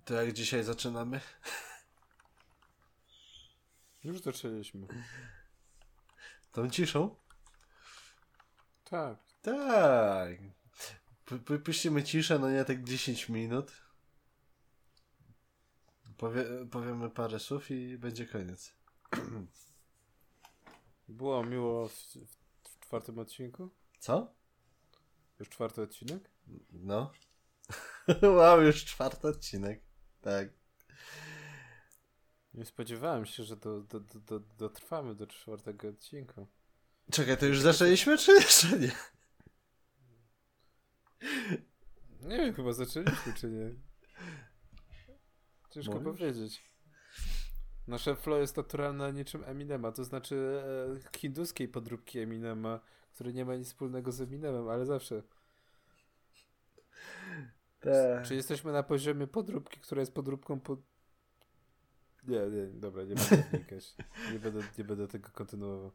To jak dzisiaj zaczynamy? Już zaczęliśmy. Tą ciszą? Tak. Tak. Puścimy ciszę, no nie tak 10 minut. Powiemy parę słów i będzie koniec. Było miło w czwartym odcinku? Co? Już czwarty odcinek? No. Wow, już 4 odcinek. Tak. Nie spodziewałem się, że dotrwamy do 4 odcinka. Czekaj, to już zaczęliśmy, czy jeszcze nie? Nie wiem, chyba zaczęliśmy, czy nie. Ciężko powiedzieć. Nasze flow jest naturalne niczym Eminema, to znaczy hinduskiej podróbki Eminema, który nie ma nic wspólnego z Eminemem, ale zawsze. Czy jesteśmy na poziomie podróbki, która jest podróbką Nie, dobra, nie będę wnikać. Nie będę tego kontynuował.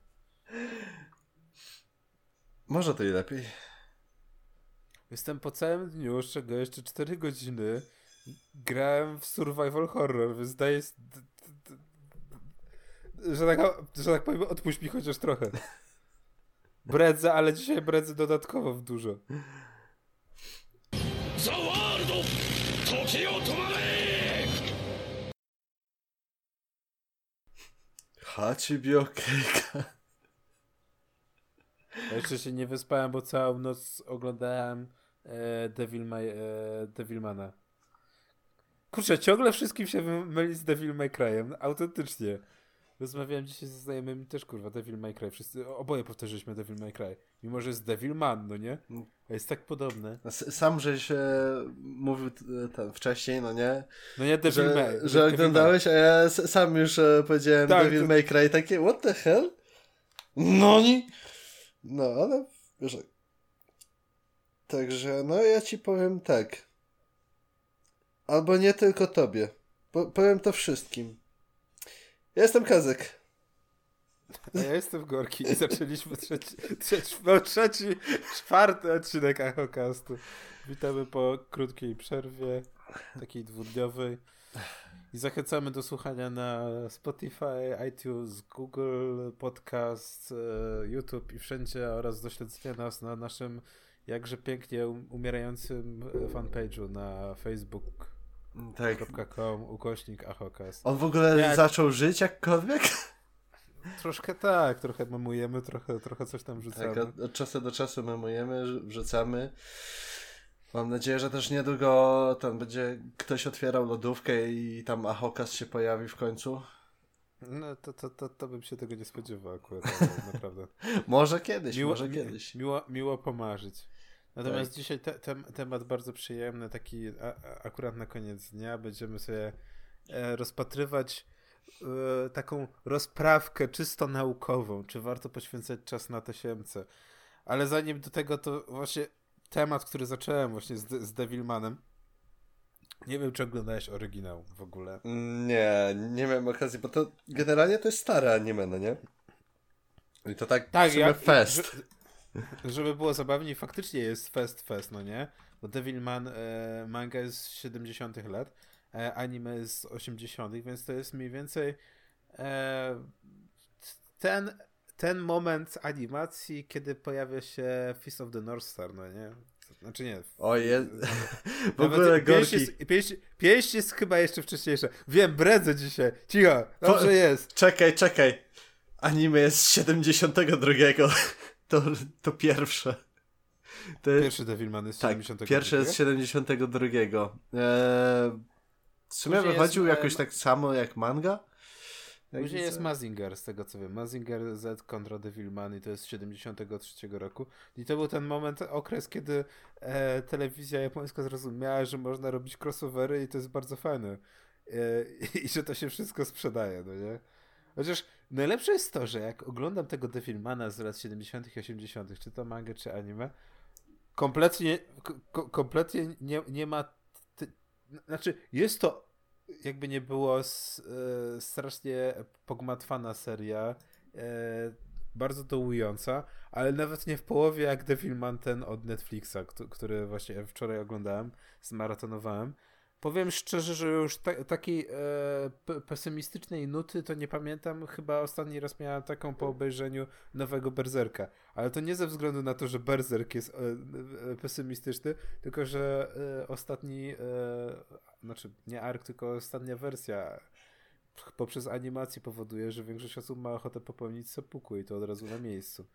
Może to i lepiej. Jestem po całym dniu, z czego jeszcze 4 godziny grałem w survival horror, więc daję... Że tak powiem, odpuść mi chociaż trochę. Bredzę, ale dzisiaj bredzę dodatkowo w dużo. Hachibiokeika. Ja jeszcze się nie wyspałem, bo całą noc oglądałem Devilmana. Kurczę, ciągle wszystkim się myli z Devil May Cry'em. Autentycznie. Rozmawiałem dzisiaj ze znajomymi też, kurwa, Devil May Cry. Wszyscy, oboje powtórzyliśmy Devil May Cry. Mimo, że jest Devilman, no nie? A jest tak podobne. Sam żeś mówił wcześniej, no nie? No nie, Devil May. Że oglądałeś, a ja sam już powiedziałem tak, Devil May Cry, takie what the hell? No nie? No, ale wiesz, także, no ja ci powiem tak. Albo nie tylko tobie. Powiem to wszystkim. Ja jestem Kazek. A ja jestem Gorki i zaczęliśmy czwarty odcinek Achocastu. Witamy po krótkiej przerwie, takiej 2-dniowej. I zachęcamy do słuchania na Spotify, iTunes, Google Podcast, YouTube i wszędzie oraz do śledzenia nas na naszym jakże pięknie umierającym fanpage'u na facebook.com/Achocast. On w ogóle zaczął żyć jakkolwiek? Troszkę tak, trochę memujemy, trochę coś tam wrzucamy. Tak, od czasu do czasu memujemy, wrzucamy. Mam nadzieję, że też niedługo tam będzie ktoś otwierał lodówkę i tam Achocast się pojawi w końcu. No to bym się tego nie spodziewał akurat, naprawdę. Może kiedyś, może kiedyś. Miło pomarzyć. Natomiast tak. Dzisiaj temat bardzo przyjemny, taki akurat na koniec dnia będziemy sobie rozpatrywać taką rozprawkę czysto naukową, czy warto poświęcać czas na tasiemce. Ale zanim do tego, to właśnie temat, który zacząłem właśnie z Devilmanem. Nie wiem, czy oglądałeś oryginał w ogóle. Nie miałem okazji, bo to generalnie to jest stare anime, no nie? I to tak w sumie fest. Żeby było zabawniej, faktycznie jest fest, no nie? Bo Devilman manga jest z 70 lat, anime jest z 80, więc to jest mniej więcej ten moment animacji, kiedy pojawia się Fist of the North Star, no nie? Znaczy nie. W ogóle Gorki. Pięść jest chyba jeszcze wcześniejsza. Wiem, bredzę dzisiaj. Cicho, dobrze jest. Czekaj. Anime jest z 72. To pierwsze. Pierwszy Devilman jest z 72. Tak, pierwszy jest z 72. W sumie wychodził jakoś tak samo jak manga. Później jest Mazinger, z tego co wiem. Mazinger Z kontra Devilman i to jest z 73 roku. I to był ten okres, kiedy telewizja japońska zrozumiała, że można robić crossovery i to jest bardzo fajne. I że to się wszystko sprzedaje, no nie? Chociaż najlepsze jest to, że jak oglądam tego Devilmana z lat 70 i 80 czy to mangę, czy anime, kompletnie nie ma... Znaczy, jest to jakby nie było strasznie pogmatwana seria, bardzo dołująca, ale nawet nie w połowie jak Devilman ten od Netflixa, który właśnie wczoraj oglądałem, zmaratonowałem. Powiem szczerze, że już takiej pesymistycznej nuty to nie pamiętam. Chyba ostatni raz miałem taką po obejrzeniu nowego Berserka. Ale to nie ze względu na to, że Berserk jest pesymistyczny, tylko że ostatni, znaczy nie ark, tylko ostatnia wersja poprzez animację powoduje, że większość osób ma ochotę popełnić seppuku i to od razu na miejscu.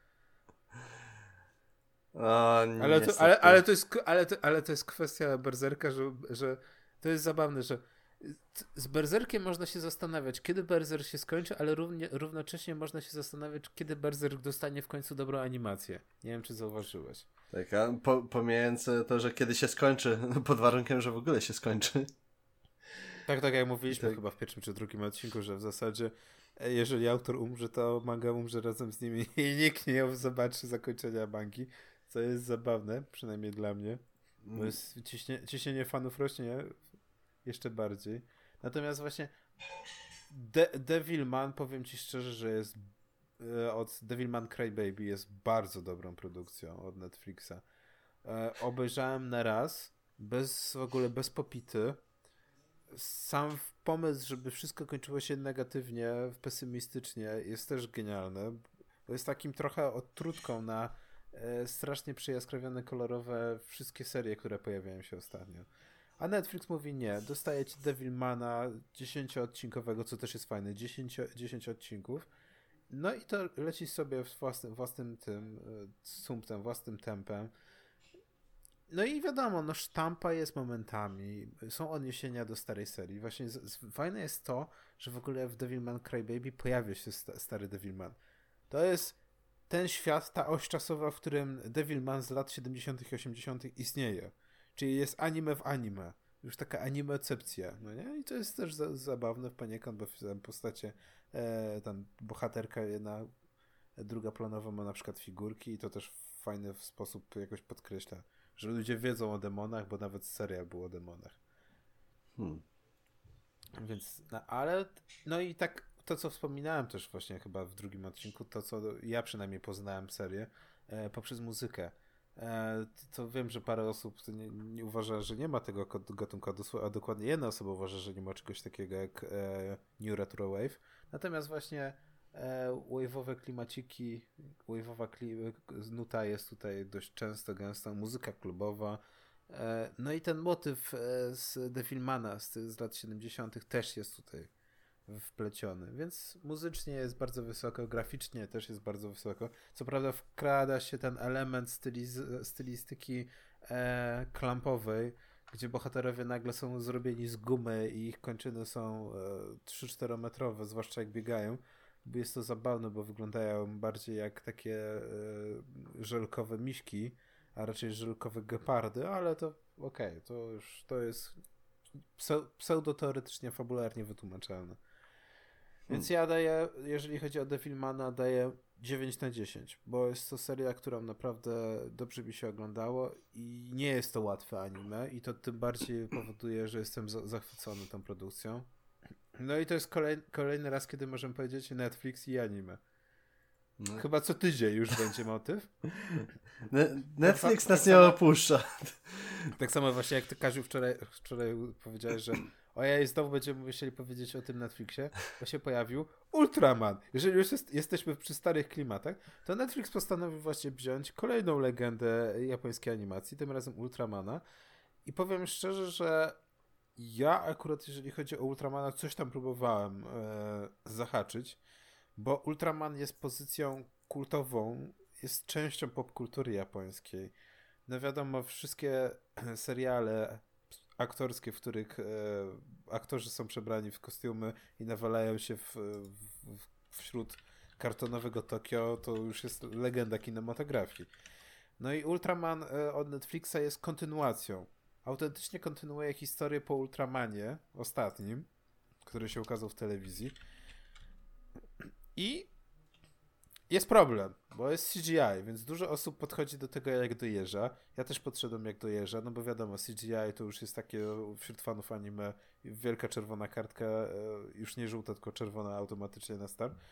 O, ale to jest kwestia Berserka, że to jest zabawne, że z Berserkiem można się zastanawiać, kiedy Berserk się skończy, ale równocześnie można się zastanawiać, kiedy Berserk dostanie w końcu dobrą animację. Nie wiem, czy zauważyłeś. Tak, a pomijając to, że kiedy się skończy, pod warunkiem, że w ogóle się skończy. Tak jak mówiliśmy chyba w pierwszym czy drugim odcinku, że w zasadzie jeżeli autor umrze, to manga umrze razem z nimi i nikt nie zobaczy zakończenia mangi, co jest zabawne, przynajmniej dla mnie. Bo jest ciśnienie fanów rośnie jeszcze bardziej. Natomiast właśnie Devilman, powiem ci szczerze, że jest od Devilman Crybaby jest bardzo dobrą produkcją od Netflixa. Obejrzałem na raz, w ogóle bez popity. Sam pomysł, żeby wszystko kończyło się negatywnie, pesymistycznie, jest też genialny. Bo jest takim trochę odtrutką na strasznie przejaskrawione, kolorowe wszystkie serie, które pojawiają się ostatnio. A Netflix mówi nie, dostajecie Devilmana 10-odcinkowego, co też jest fajne, 10 odcinków. No i to leci sobie własnym tym sumptem, własnym tempem. No i wiadomo, no sztampa jest momentami, są odniesienia do starej serii. Właśnie fajne jest to, że w ogóle w Devilman Crybaby pojawia się stary Devilman. To jest ten świat, ta oś czasowa, w którym Devilman z lat 70. i 80. istnieje. Czyli jest anime w anime. Już taka animecepcja, no nie? I to jest też zabawne poniekąd, bo w postacie tam bohaterka jedna, druga planowa ma na przykład figurki i to też w fajny sposób jakoś podkreśla, że ludzie wiedzą o demonach, bo nawet serial był o demonach. Więc, no i tak to, co wspominałem też właśnie chyba w drugim odcinku, to co ja przynajmniej poznałem serię poprzez muzykę. To wiem, że parę osób nie uważa, że nie ma tego gatunku, a dokładnie jedna osoba uważa, że nie ma czegoś takiego jak New Retro Wave. Natomiast właśnie wave'owe klimaciki, nuta jest tutaj dość często, gęsta, muzyka klubowa. No i ten motyw z Devilmana z lat 70. też jest tutaj wpleciony, więc muzycznie jest bardzo wysoko, graficznie też jest bardzo wysoko. Co prawda wkrada się ten element stylistyki klampowej, gdzie bohaterowie nagle są zrobieni z gumy i ich kończyny są 3-4 metrowe, zwłaszcza jak biegają. Bo jest to zabawne, bo wyglądają bardziej jak takie żelkowe miśki, a raczej żelkowe gepardy, ale to okej, to jest pseudo-teoretycznie, fabularnie wytłumaczalne. Więc ja daję, jeżeli chodzi o Devilmana, daję 9/10, bo jest to seria, którą naprawdę dobrze mi się oglądało i nie jest to łatwe anime i to tym bardziej powoduje, że jestem zachwycony tą produkcją. No i to jest kolejny raz, kiedy możemy powiedzieć Netflix i anime. No. Chyba co tydzień już będzie motyw. Netflix nas nie opuszcza. Tak samo właśnie jak ty, Kaziu, wczoraj powiedziałeś, że ojej, znowu będziemy musieli powiedzieć o tym Netflixie, bo się pojawił Ultraman. Jeżeli już jesteśmy przy starych klimatach, to Netflix postanowił właśnie wziąć kolejną legendę japońskiej animacji, tym razem Ultramana. I powiem szczerze, że ja akurat, jeżeli chodzi o Ultramana, coś tam próbowałem zahaczyć, bo Ultraman jest pozycją kultową, jest częścią popkultury japońskiej. No wiadomo, wszystkie seriale aktorskie, w których aktorzy są przebrani w kostiumy i nawalają się wśród kartonowego Tokio, to już jest legenda kinematografii. No i Ultraman od Netflixa jest kontynuacją. Autentycznie kontynuuje historię po Ultramanie ostatnim, który się ukazał w telewizji. I jest problem, bo jest CGI, więc dużo osób podchodzi do tego jak do jeża. Ja też podszedłem jak do jeża, no bo wiadomo, CGI to już jest takie wśród fanów anime wielka czerwona kartka, już nie żółta, tylko czerwona automatycznie na start.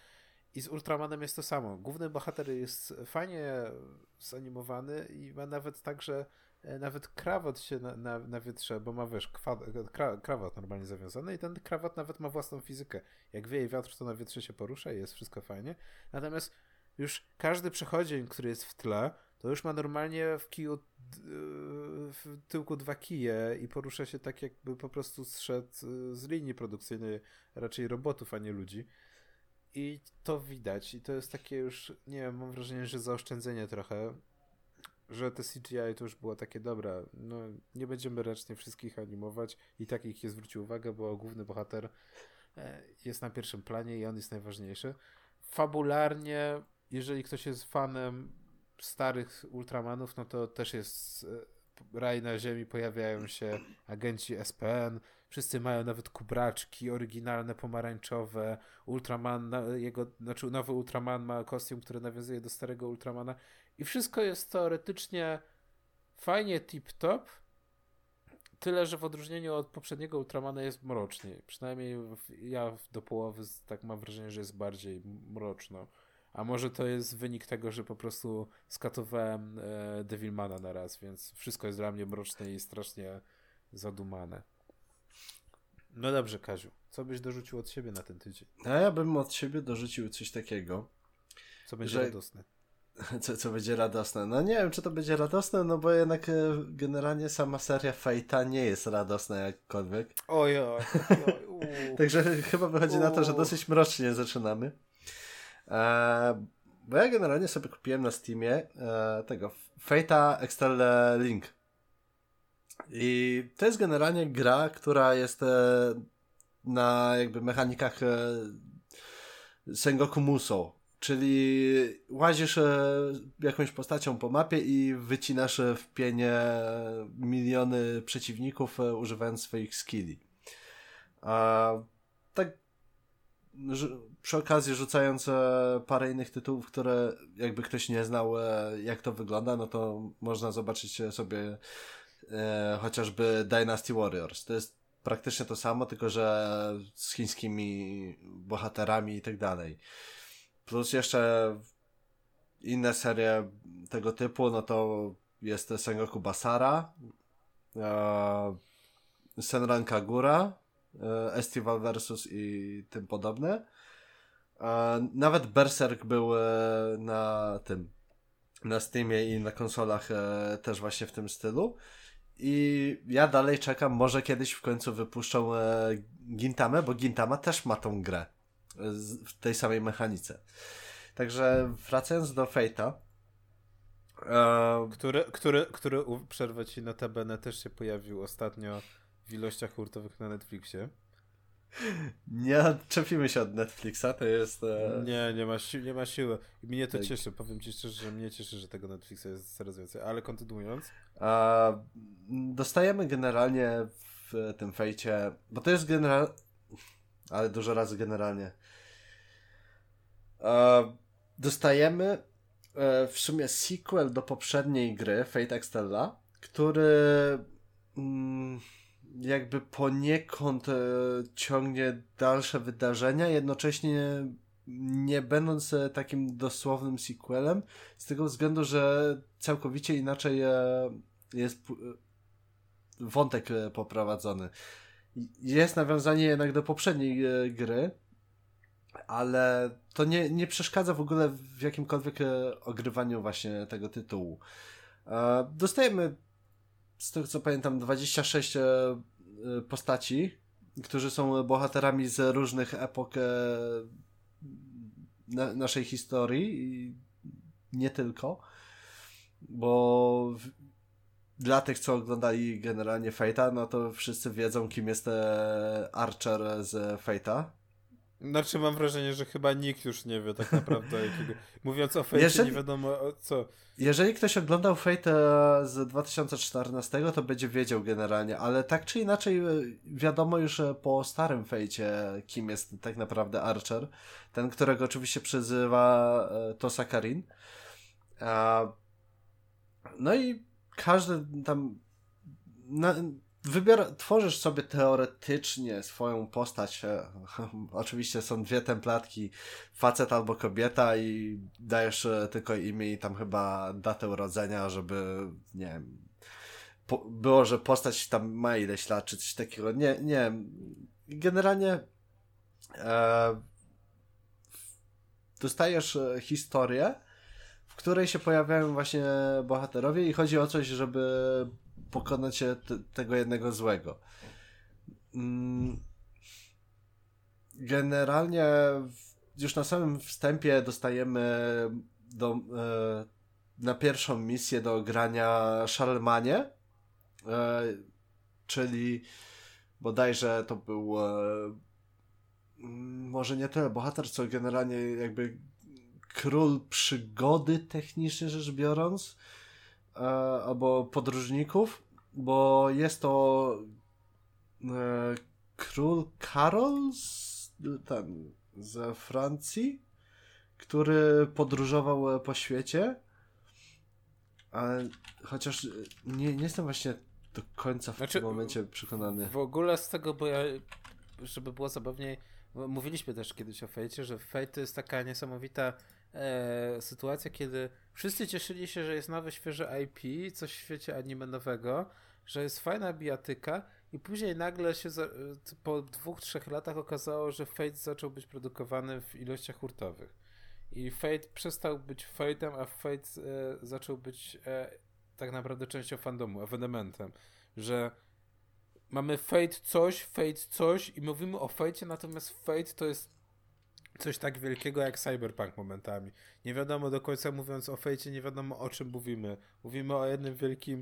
I z Ultramanem jest to samo. Główny bohater jest fajnie zanimowany i ma nawet tak, że nawet krawat się na wietrze, bo ma, wiesz, krawat normalnie zawiązany i ten krawat nawet ma własną fizykę. Jak wieje wiatr, to na wietrze się porusza i jest wszystko fajnie. Natomiast już każdy przechodzień, który jest w tle, to już ma normalnie w kiju w tyłku 2 kije i porusza się tak, jakby po prostu zszedł z linii produkcyjnej raczej robotów, a nie ludzi. I to widać. I to jest takie już, nie wiem, mam wrażenie, że zaoszczędzenie trochę, że te CGI to już było takie, dobra, no nie będziemy ręcznie wszystkich animować i tak ich je zwrócił uwagę, bo główny bohater jest na pierwszym planie i on jest najważniejszy. Fabularnie, jeżeli ktoś jest fanem starych Ultramanów, no to też jest raj na ziemi, pojawiają się agenci SPN, wszyscy mają nawet kubraczki oryginalne, pomarańczowe, Ultraman, nowy Ultraman ma kostium, który nawiązuje do starego Ultramana i wszystko jest teoretycznie fajnie tip-top, tyle, że w odróżnieniu od poprzedniego Ultramana jest mroczniej. Przynajmniej ja do połowy tak mam wrażenie, że jest bardziej mroczno. A może to jest wynik tego, że po prostu skatowałem Devilmana na raz, więc wszystko jest dla mnie mroczne i strasznie zadumane. No dobrze, Kaziu. Co byś dorzucił od siebie na ten tydzień? A ja bym od siebie dorzucił coś takiego. Co będzie radosne? Co będzie radosne? No nie wiem, czy to będzie radosne, no bo jednak generalnie sama seria Fate'a nie jest radosna jakkolwiek. Ojoj. Także chyba wychodzi na to, że dosyć mrocznie zaczynamy. Bo ja generalnie sobie kupiłem na Steamie tego Fate'a Extell Link. I to jest generalnie gra, która jest na jakby mechanikach Sengoku Musou. Czyli łazisz jakąś postacią po mapie i wycinasz w pienie miliony przeciwników używając swoich skilli. Tak przy okazji rzucając parę innych tytułów, które jakby ktoś nie znał jak to wygląda, no to można zobaczyć sobie chociażby Dynasty Warriors. To jest praktycznie to samo, tylko że z chińskimi bohaterami i tak dalej. Plus jeszcze inne serie tego typu, no to jest Sengoku Basara, Senran Kagura, Estival Versus i tym podobne. Nawet Berserk był na Steamie i na konsolach też właśnie w tym stylu. I ja dalej czekam, może kiedyś w końcu wypuszczą Gintamę, bo Gintama też ma tą grę w tej samej mechanice. Także wracając do Fate'a, który przerwę ci notabene też się pojawił ostatnio w ilościach hurtowych na Netflixie. Nie odczepimy się od Netflixa, to jest... Nie ma siły. I mnie to cieszy, powiem ci szczerze, że mnie cieszy, że tego Netflixa jest coraz więcej, ale kontynuując. Dostajemy generalnie w tym Fate'cie, bo to jest ale dużo razy generalnie. Dostajemy w sumie sequel do poprzedniej gry, Fate Extella, który jakby poniekąd ciągnie dalsze wydarzenia, jednocześnie nie będąc takim dosłownym sequelem, z tego względu, że całkowicie inaczej jest wątek poprowadzony. Jest nawiązanie jednak do poprzedniej gry, ale to nie przeszkadza w ogóle w jakimkolwiek ogrywaniu właśnie tego tytułu. Dostajemy, z tego co pamiętam, 26 postaci, którzy są bohaterami z różnych epok naszej historii i nie tylko, bo dla tych, co oglądali generalnie Fate'a, no to wszyscy wiedzą, kim jest Archer z Fate'a. Znaczy mam wrażenie, że chyba nikt już nie wie tak naprawdę. Mówiąc o Fate'ie, nie wiadomo co. Jeżeli ktoś oglądał Fate z 2014, to będzie wiedział generalnie, ale tak czy inaczej wiadomo już po starym Fate'cie, kim jest tak naprawdę Archer. Ten, którego oczywiście przyzywa Tosa Karin. No i każdy tam... tworzysz sobie teoretycznie swoją postać. Oczywiście są dwie templatki, facet albo kobieta i dajesz tylko imię i tam chyba datę urodzenia, żeby nie wiem, było, że postać tam ma ileś lat, czy coś takiego. Nie wiem. Generalnie dostajesz historię, w której się pojawiają właśnie bohaterowie i chodzi o coś, żeby pokonać tego jednego złego. Generalnie już na samym wstępie dostajemy na pierwszą misję do grania Charlemagne, czyli bodajże to był może nie tyle bohater, co generalnie jakby król przygody, technicznie rzecz biorąc, albo podróżników, bo jest to król Karol ze Francji, który podróżował po świecie, ale chociaż nie jestem właśnie do końca w tym momencie przekonany. W ogóle z tego, bo żeby było zabawniej, mówiliśmy też kiedyś o Fate'cie, że Fate to jest taka niesamowita sytuacja, kiedy wszyscy cieszyli się, że jest nowe, świeże IP, coś w świecie anime nowego, że jest fajna bijatyka i później nagle się po 2-3 latach okazało, że Fate zaczął być produkowany w ilościach hurtowych. I Fate przestał być Fate'em, a Fate zaczął być tak naprawdę częścią fandomu, ewenementem, że mamy Fate coś i mówimy o Fate'cie, natomiast Fate to jest coś tak wielkiego jak Cyberpunk momentami. Nie wiadomo do końca, mówiąc o Fate'cie, nie wiadomo o czym mówimy. Mówimy o jednym wielkim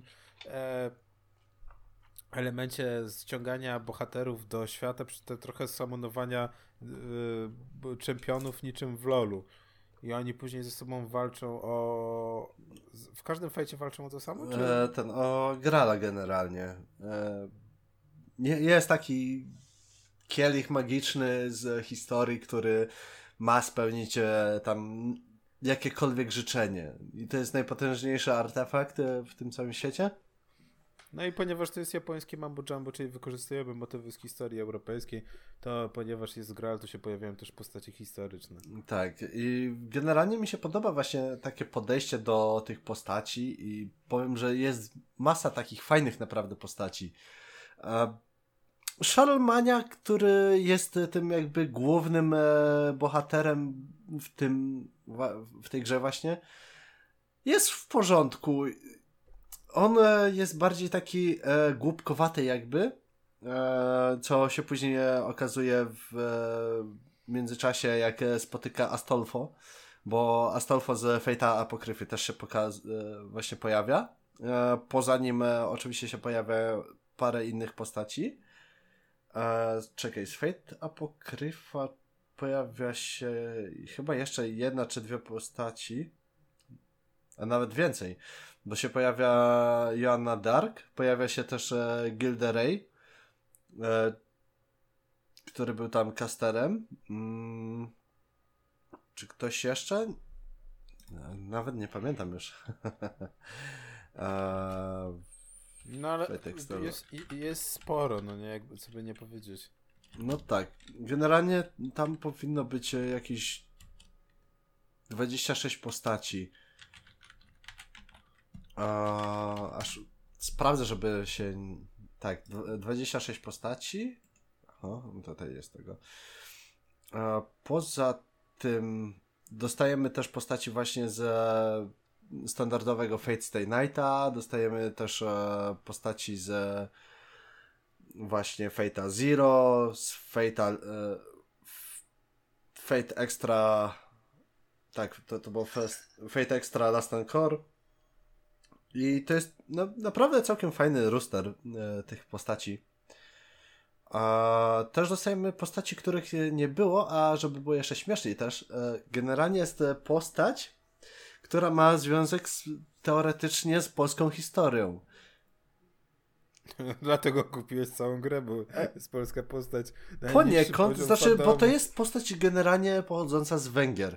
elemencie ściągania bohaterów do świata, przy te trochę samonowania czempionów niczym w LoLu. I oni później ze sobą walczą w każdym Fate'cie walczą o to samo? Czy... O Grala generalnie. Jest taki kielich magiczny z historii, który ma spełnić tam jakiekolwiek życzenie. I to jest najpotężniejszy artefakt w tym całym świecie. No i ponieważ to jest japońskie mambo jumbo, czyli wykorzystujemy motywy z historii europejskiej, to ponieważ jest Graal, to się pojawiają też postacie historyczne. Tak, i generalnie mi się podoba właśnie takie podejście do tych postaci i powiem, że jest masa takich fajnych naprawdę postaci. Charlemagne, który jest tym jakby głównym bohaterem w tej grze właśnie, jest w porządku. On jest bardziej taki głupkowaty jakby, co się później okazuje w międzyczasie, jak spotyka Astolfo, bo Astolfo z Fate'a Apokryfy też się właśnie pojawia. Poza nim oczywiście się pojawia parę innych postaci. Czekaj, z Fate Apokryfa pojawia się chyba jeszcze jedna czy dwie postaci, a nawet więcej, bo się pojawia Joanna Dark, pojawia się też Gilderay, który był tam casterem. Czy ktoś jeszcze? Nawet nie pamiętam już. No ale jest sporo, no nie, jakby sobie nie powiedzieć. No tak, generalnie tam powinno być jakieś 26 postaci. Aż sprawdzę, żeby się... Tak, 26 postaci. O, tutaj jest tego. Poza tym dostajemy też postaci właśnie ze standardowego Fate Stay Nighta, dostajemy też postaci z właśnie Fate'a Zero, z Fate Extra, tak, to było Fate Extra Last Encore i to jest naprawdę całkiem fajny roster tych postaci. Też dostajemy postaci, których nie było, a żeby było jeszcze śmieszniej też, generalnie jest postać, która ma związek teoretycznie z polską historią. Dlatego kupiłeś całą grę, bo jest polska postać. Poniekąd, znaczy, bo to jest postać generalnie pochodząca z Węgier.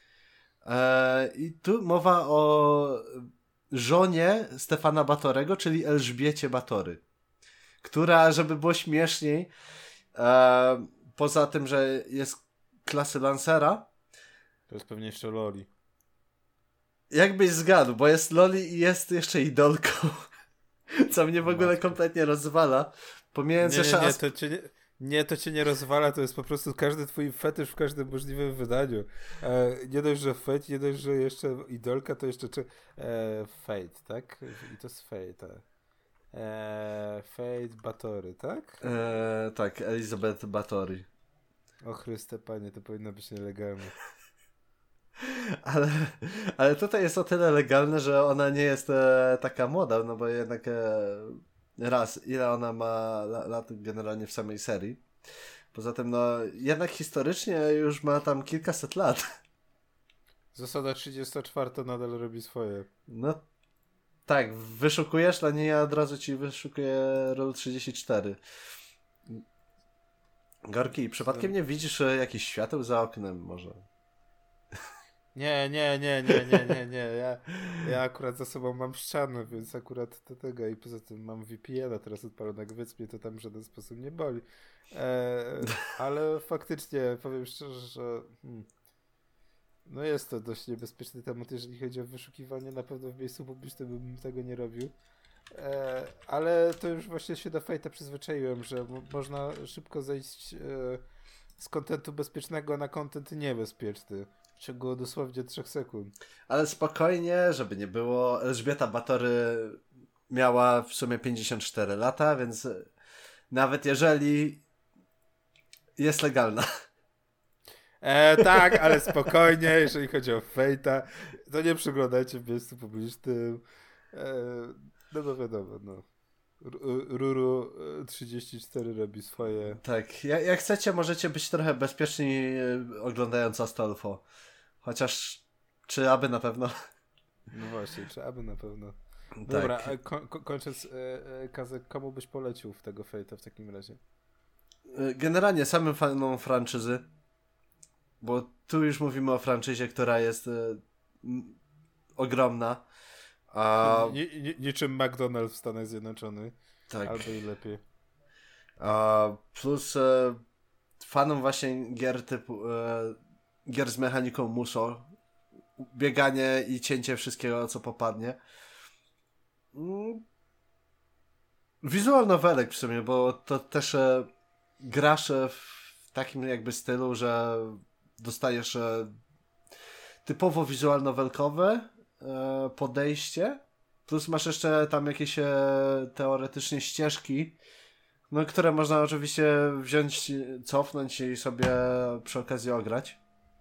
I tu mowa o żonie Stefana Batorego, czyli Elżbiecie Batory, która, żeby było śmieszniej, poza tym, że jest klasy Lancera, to jest pewnie jeszcze Loli. Jakbyś zgadł, bo jest Loli i jest jeszcze idolką, co mnie w ogóle kompletnie rozwala. Pomijając jeszcze... To cię nie rozwala, to jest po prostu każdy twój fetysz w każdym możliwym wydaniu. Nie dość, że Fate, nie dość, że jeszcze idolka, to jeszcze Fate, tak? I to jest Fate. Fate Batory, tak? Tak, Elizabeth Batory. O Chryste, panie, to powinno być nielegalne. Ale tutaj jest o tyle legalne, że ona nie jest taka młoda, no bo jednak raz, ile ona ma lat generalnie w samej serii. Poza tym, no jednak historycznie już ma tam kilkaset lat. Zasada 34 nadal robi swoje. No tak, wyszukujesz dla niej, a od razu ci wyszukuje Rule 34. Gorki, przypadkiem nie widzisz jakichś świateł za oknem może? Nie. Ja akurat za sobą mam ścianę, więc akurat do tego i poza tym mam VPN-a teraz odpalonego, więc mnie to tam w żaden sposób nie boli. Ale faktycznie powiem szczerze, że no jest to dość niebezpieczny temat, jeżeli chodzi o wyszukiwanie. Na pewno w miejscu publicznym bym tego nie robił. Ale to już właśnie się do Fate'a przyzwyczaiłem, że można szybko zejść z kontentu bezpiecznego na kontent niebezpieczny. W ciągu dosłownie 3 sekund. Ale spokojnie, żeby nie było. Elżbieta Batory miała w sumie 54 lata, więc nawet jeżeli jest legalna. Tak, ale spokojnie, jeżeli chodzi o Fate'a, to nie przeglądajcie w miejscu publicznym. No bo wiadomo, no. Ruru 34 robi swoje. Tak, jak chcecie, możecie być trochę bezpieczni oglądając Astolfo. Chociaż, czy aby na pewno? No właśnie, czy aby na pewno. Tak. Dobra, kończąc, Kazek, komu byś polecił w tego Fate'a w takim razie? Generalnie samym fanom franczyzy, bo tu już mówimy o franczyzie, która jest ogromna. Niczym McDonald's w Stanach Zjednoczonych. Tak. Albo i lepiej. Plus fanom właśnie gier typu gier z mechaniką Musou, bieganie i cięcie wszystkiego, co popadnie. Visual novelek w sumie, bo to też grasz w takim jakby stylu, że dostajesz typowo visual novelkowe podejście, plus masz jeszcze tam jakieś teoretycznie ścieżki, no, które można oczywiście wziąć, cofnąć i sobie przy okazji ograć.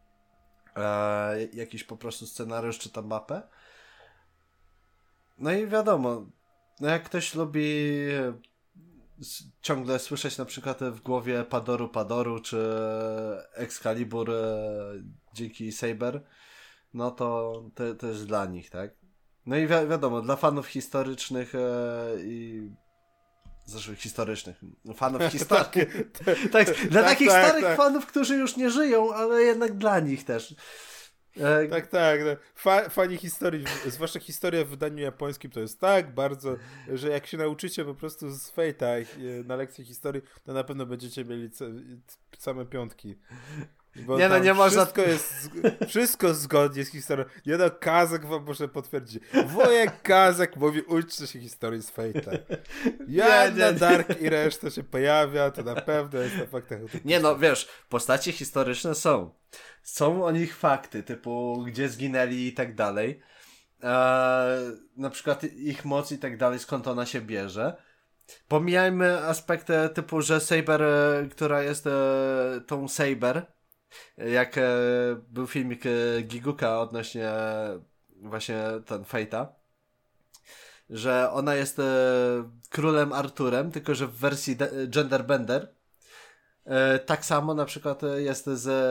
Jakiś po prostu scenariusz czy tam mapę. No i wiadomo, no jak ktoś lubi ciągle słyszeć na przykład w głowie Padoru czy Excalibur dzięki Saber, no to jest dla nich, tak? No i wiadomo, dla fanów historycznych i zresztą historycznych, fanów historii. Tak, dla takich starych fanów, którzy już nie żyją, ale jednak dla nich też. Tak. Fani historii, zwłaszcza historia w wydaniu japońskim, to jest tak bardzo, że jak się nauczycie po prostu z Fate'a na lekcji historii, to na pewno będziecie mieli same piątki. Bo nie, no nie można. Wszystko zgodnie z historią. Nie no, Kazek wam może potwierdzić. Wujek Kazek mówi, uczcie się historii z Fate'a. Na Dark i reszta się pojawia, to na pewno jest na faktach. Nie no, wiesz, postacie historyczne są. Są o nich fakty, typu gdzie zginęli i tak dalej. Na przykład ich moc i tak dalej, skąd ona się bierze. Pomijajmy aspekty typu, że Saber, która jest tą Saber, jak był filmik Giguka odnośnie właśnie ten Fate'a, że ona jest królem Arturem, tylko że w wersji genderbender. Tak samo na przykład jest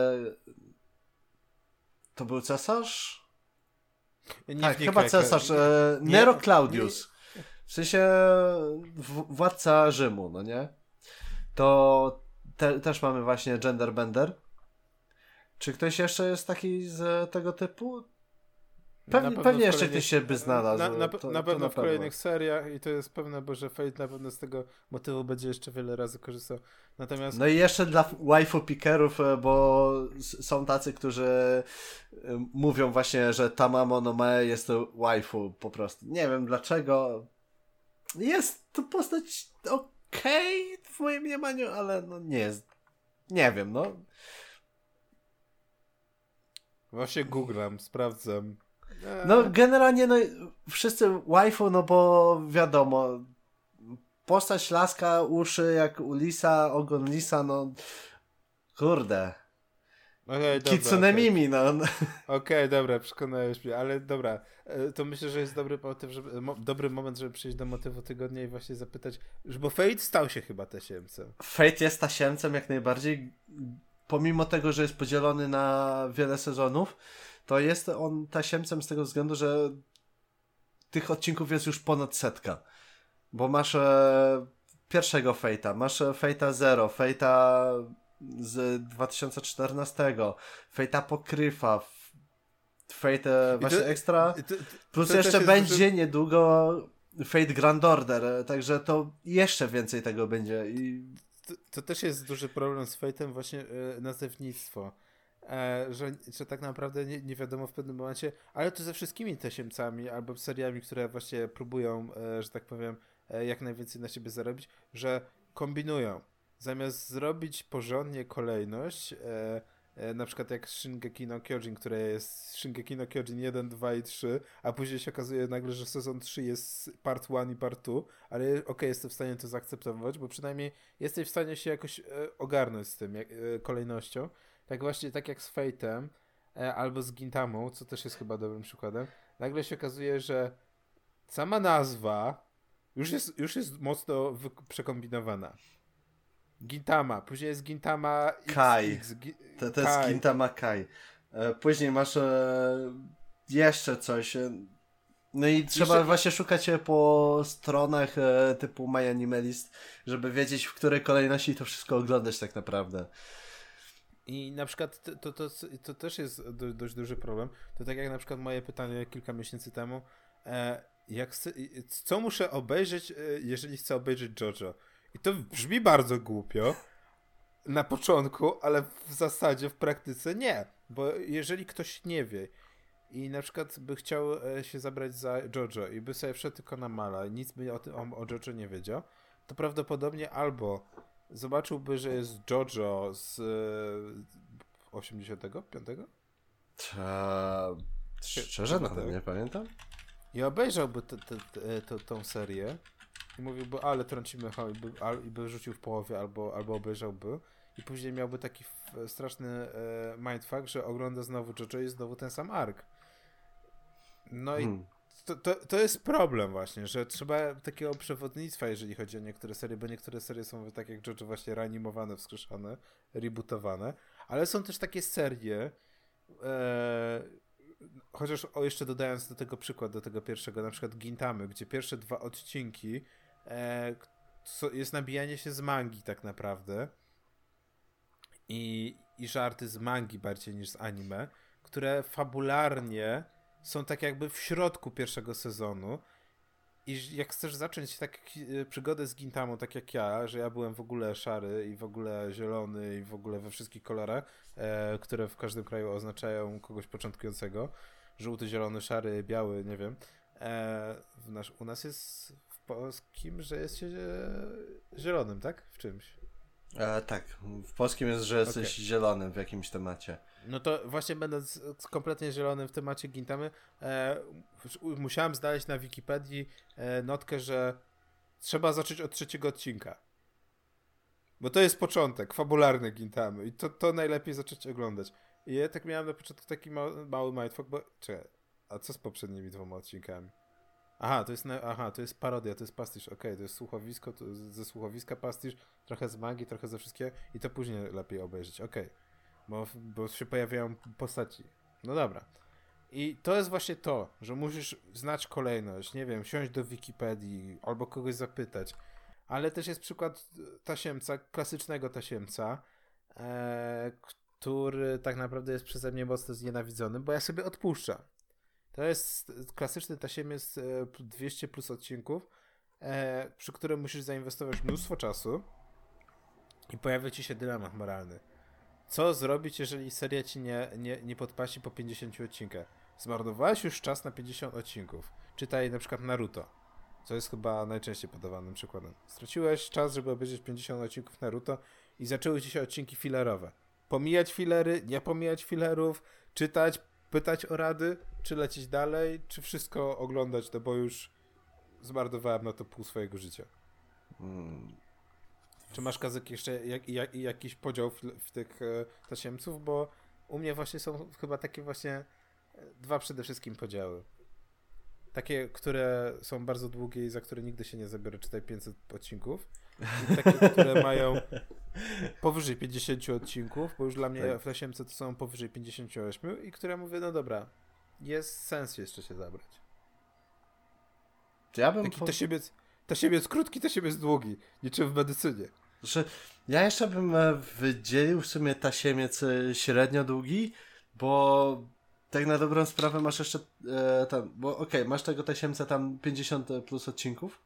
to był cesarz? Tak, chyba cesarz Nero Claudius. W sensie władca Rzymu, no nie? To też mamy właśnie genderbender. Czy ktoś jeszcze jest taki z tego typu? Pewnie jeszcze ktoś się by znalazł. Na pewno w kolejnych seriach i to jest pewne, bo że Fate na pewno z tego motywu będzie jeszcze wiele razy korzystał. Natomiast... No i jeszcze dla waifu pickerów, bo są tacy, którzy mówią właśnie, że Tamamo no Mae jest to waifu po prostu. Nie wiem dlaczego. Jest to postać okej w moim mniemaniu, ale no nie jest. Nie wiem, no. Właśnie googlam, sprawdzam. No generalnie no wszyscy waifu, no bo wiadomo, postać laska, uszy jak u lisa, ogon lisa, no kurde. Okay, Kitsune Mimi, no. Okej, dobra, przekonałeś mnie, ale dobra, to myślę, że jest dobry moment, żeby przejść do motywu tygodnia i właśnie zapytać, bo Fate stał się chyba tasiemcem. Fate jest tasiemcem jak najbardziej, pomimo tego, że jest podzielony na wiele sezonów, to jest on tasiemcem z tego względu, że tych odcinków jest już ponad 100. Bo masz pierwszego Fate'a, masz Fate'a Zero, Fate'a z 2014, Fate'a Pokryfa, Fate właśnie Extra, plus to jeszcze będzie niedługo Fate Grand Order, także to jeszcze więcej tego będzie. To też jest duży problem z Fate'em właśnie nazewnictwo. Że tak naprawdę nie wiadomo w pewnym momencie, ale to ze wszystkimi tasiemcami albo seriami, które właśnie próbują, że tak powiem, jak najwięcej na siebie zarobić, że kombinują. Zamiast zrobić porządnie kolejność, na przykład jak Shingeki no Kyojin, które jest Shingeki no Kyojin 1, 2 i 3, a później się okazuje nagle, że sezon 3 jest part 1 i part 2, ale okej, jestem w stanie to zaakceptować, bo przynajmniej jesteś w stanie się jakoś ogarnąć z tym kolejnością. Tak właśnie, tak jak z Fate'em, albo z Gintamą, co też jest chyba dobrym przykładem, nagle się okazuje, że sama nazwa już jest mocno przekombinowana. Gintama, później jest Gintama Kai. To jest Gintama Kai. Później masz jeszcze coś. No i trzeba właśnie szukać po stronach typu MyAnimeList, żeby wiedzieć, w której kolejności to wszystko oglądać tak naprawdę. I na przykład to też jest dość duży problem. To tak jak na przykład moje pytanie kilka miesięcy temu, co muszę obejrzeć, jeżeli chcę obejrzeć JoJo? I to brzmi bardzo głupio na początku, ale w zasadzie, w praktyce nie. Bo jeżeli ktoś nie wie i na przykład by chciał się zabrać za JoJo i by sobie wszedł tylko na Mala i nic by o JoJo nie wiedział, to prawdopodobnie albo zobaczyłby, że jest JoJo z 85? Szczerze, nie pamiętam. I obejrzałby tą serię i mówiłby, ale trącimy i by rzucił w połowie, albo obejrzałby i później miałby taki straszny mindfuck, że ogląda znowu JoJo i znowu ten sam ark. No i to jest problem właśnie, że trzeba takiego przewodnictwa, jeżeli chodzi o niektóre serie, bo niektóre serie są tak jak JoJo właśnie reanimowane, wskrzeszane, rebootowane, ale są też takie serie, chociaż jeszcze dodając do tego przykład, do tego pierwszego, na przykład Gintamy, gdzie pierwsze 2 odcinki jest nabijanie się z mangi tak naprawdę i żarty z mangi bardziej niż z anime, które fabularnie są tak jakby w środku pierwszego sezonu i jak chcesz zacząć przygodę z Gintamą, tak jak ja, że ja byłem w ogóle szary i w ogóle zielony i w ogóle we wszystkich kolorach, które w każdym kraju oznaczają kogoś początkującego, żółty, zielony, szary, biały, nie wiem. U nas jest w polskim, że jest się zielonym, tak? W czymś. Tak, w polskim jest, że jesteś zielonym w jakimś temacie. No to właśnie będąc kompletnie zielonym w temacie Gintamy, musiałem znaleźć na Wikipedii notkę, że trzeba zacząć od 3 odcinka. Bo to jest początek, fabularny Gintamy i to najlepiej zacząć oglądać. I ja tak miałem na początku taki mały mindfuck, bo czekaj, a co z poprzednimi 2 odcinkami? To jest parodia, to jest pastisz, okej, to jest słuchowisko, ze słuchowiska pastisz, trochę z magii, trochę ze wszystkiego i to później lepiej obejrzeć, bo się pojawiają postaci. No dobra. I to jest właśnie to, że musisz znać kolejność, nie wiem, siąść do Wikipedii albo kogoś zapytać, ale też jest przykład tasiemca, klasycznego tasiemca, który tak naprawdę jest przeze mnie mocno znienawidzony, bo ja sobie odpuszczam. To jest klasyczny tasiemiec 200 plus odcinków, przy którym musisz zainwestować mnóstwo czasu i pojawia ci się dylemat moralny. Co zrobić, jeżeli seria ci nie podpasi po 50 odcinkach? Zmarnowałeś już czas na 50 odcinków. Czytaj na przykład Naruto, co jest chyba najczęściej podawanym przykładem. Straciłeś czas, żeby obejrzeć 50 odcinków Naruto i zaczęły ci się odcinki filerowe. Pomijać filery, nie pomijać filerów, czytać, pytać o rady, czy lecieć dalej, czy wszystko oglądać, no bo już zmarnowałem na to pół swojego życia. Czy masz, Kazek, jeszcze jakiś podział w tych tasiemców? Bo u mnie właśnie są chyba takie właśnie dwa przede wszystkim podziały. Takie, które są bardzo długie i za które nigdy się nie zabiorę, czytaj 500 odcinków. I takie, które mają powyżej 50 odcinków, bo już dla mnie w tasiemce to są powyżej 58 i które mówię, no dobra, jest sens jeszcze się zabrać. Ja bym taki tasiemiec krótki, tasiemiec długi, niczym w medycynie. Znaczy, ja jeszcze bym wydzielił w sumie tasiemiec średnio długi, bo tak na dobrą sprawę masz jeszcze tam, bo okej, masz tego tasiemca tam 50 plus odcinków.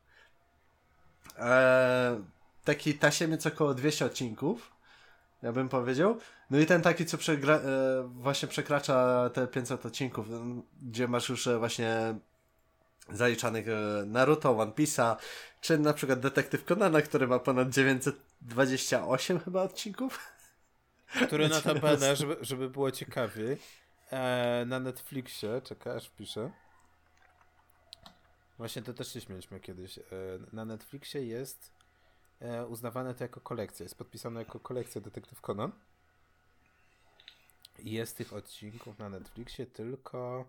Taki tasiemiec około 200 odcinków, ja bym powiedział. No i ten taki, co właśnie przekracza te 500 odcinków, gdzie masz już właśnie zaliczanych Naruto, One Piece'a, czy na przykład Detektyw Conana, który ma ponad 928 chyba odcinków. Który notabene, żeby było ciekawiej, na Netflixie, czekaj aż wpiszę. Właśnie to też się śmieliśmy kiedyś. Na Netflixie jest uznawane to jako kolekcja. Jest podpisane jako kolekcja Detektyw Conan. I jest tych odcinków na Netflixie tylko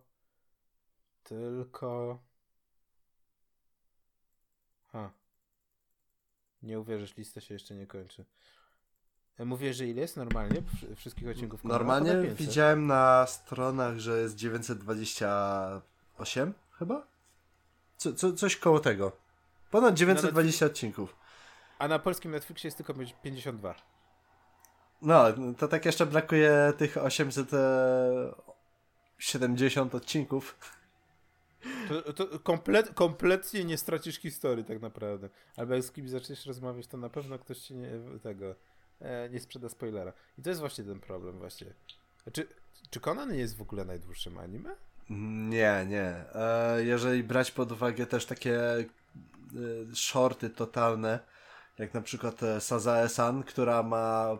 nie uwierzysz, lista się jeszcze nie kończy. Mówię, że ile jest normalnie wszystkich odcinków? Normalnie widziałem na stronach, że jest 928 chyba? Coś koło tego. Ponad 920 odcinków. A na polskim Netflixie jest tylko 52. No, to tak jeszcze brakuje tych 870 odcinków. To kompletnie nie stracisz historii tak naprawdę. Albo jak z kimś zaczniesz rozmawiać, to na pewno ktoś ci nie sprzeda spoilera. I to jest właśnie ten problem właśnie. Czy Conan nie jest w ogóle najdłuższym anime? Nie. Jeżeli brać pod uwagę też takie shorty totalne, jak na przykład Sazae-san, która ma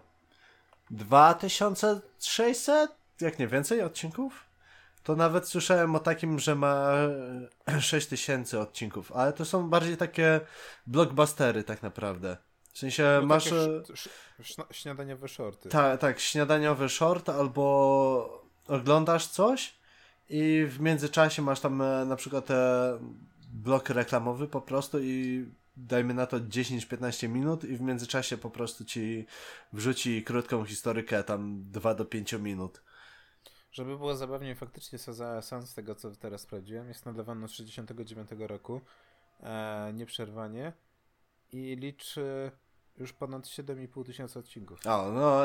2600, jak nie więcej odcinków, to nawet słyszałem o takim, że ma 6000 odcinków, ale to są bardziej takie blockbustery tak naprawdę. W sensie no masz... śniadaniowe shorty. Tak, śniadaniowy short, albo oglądasz coś i w międzyczasie masz tam na przykład blok reklamowy po prostu i dajmy na to 10-15 minut i w międzyczasie po prostu ci wrzuci krótką historykę tam 2 do 5 minut. Żeby było zabawniej, faktycznie Sazae-san, z tego co teraz sprawdziłem, jest nadawany od 1969 roku nieprzerwanie i liczy już ponad 7,5 tysiąca odcinków. O, no...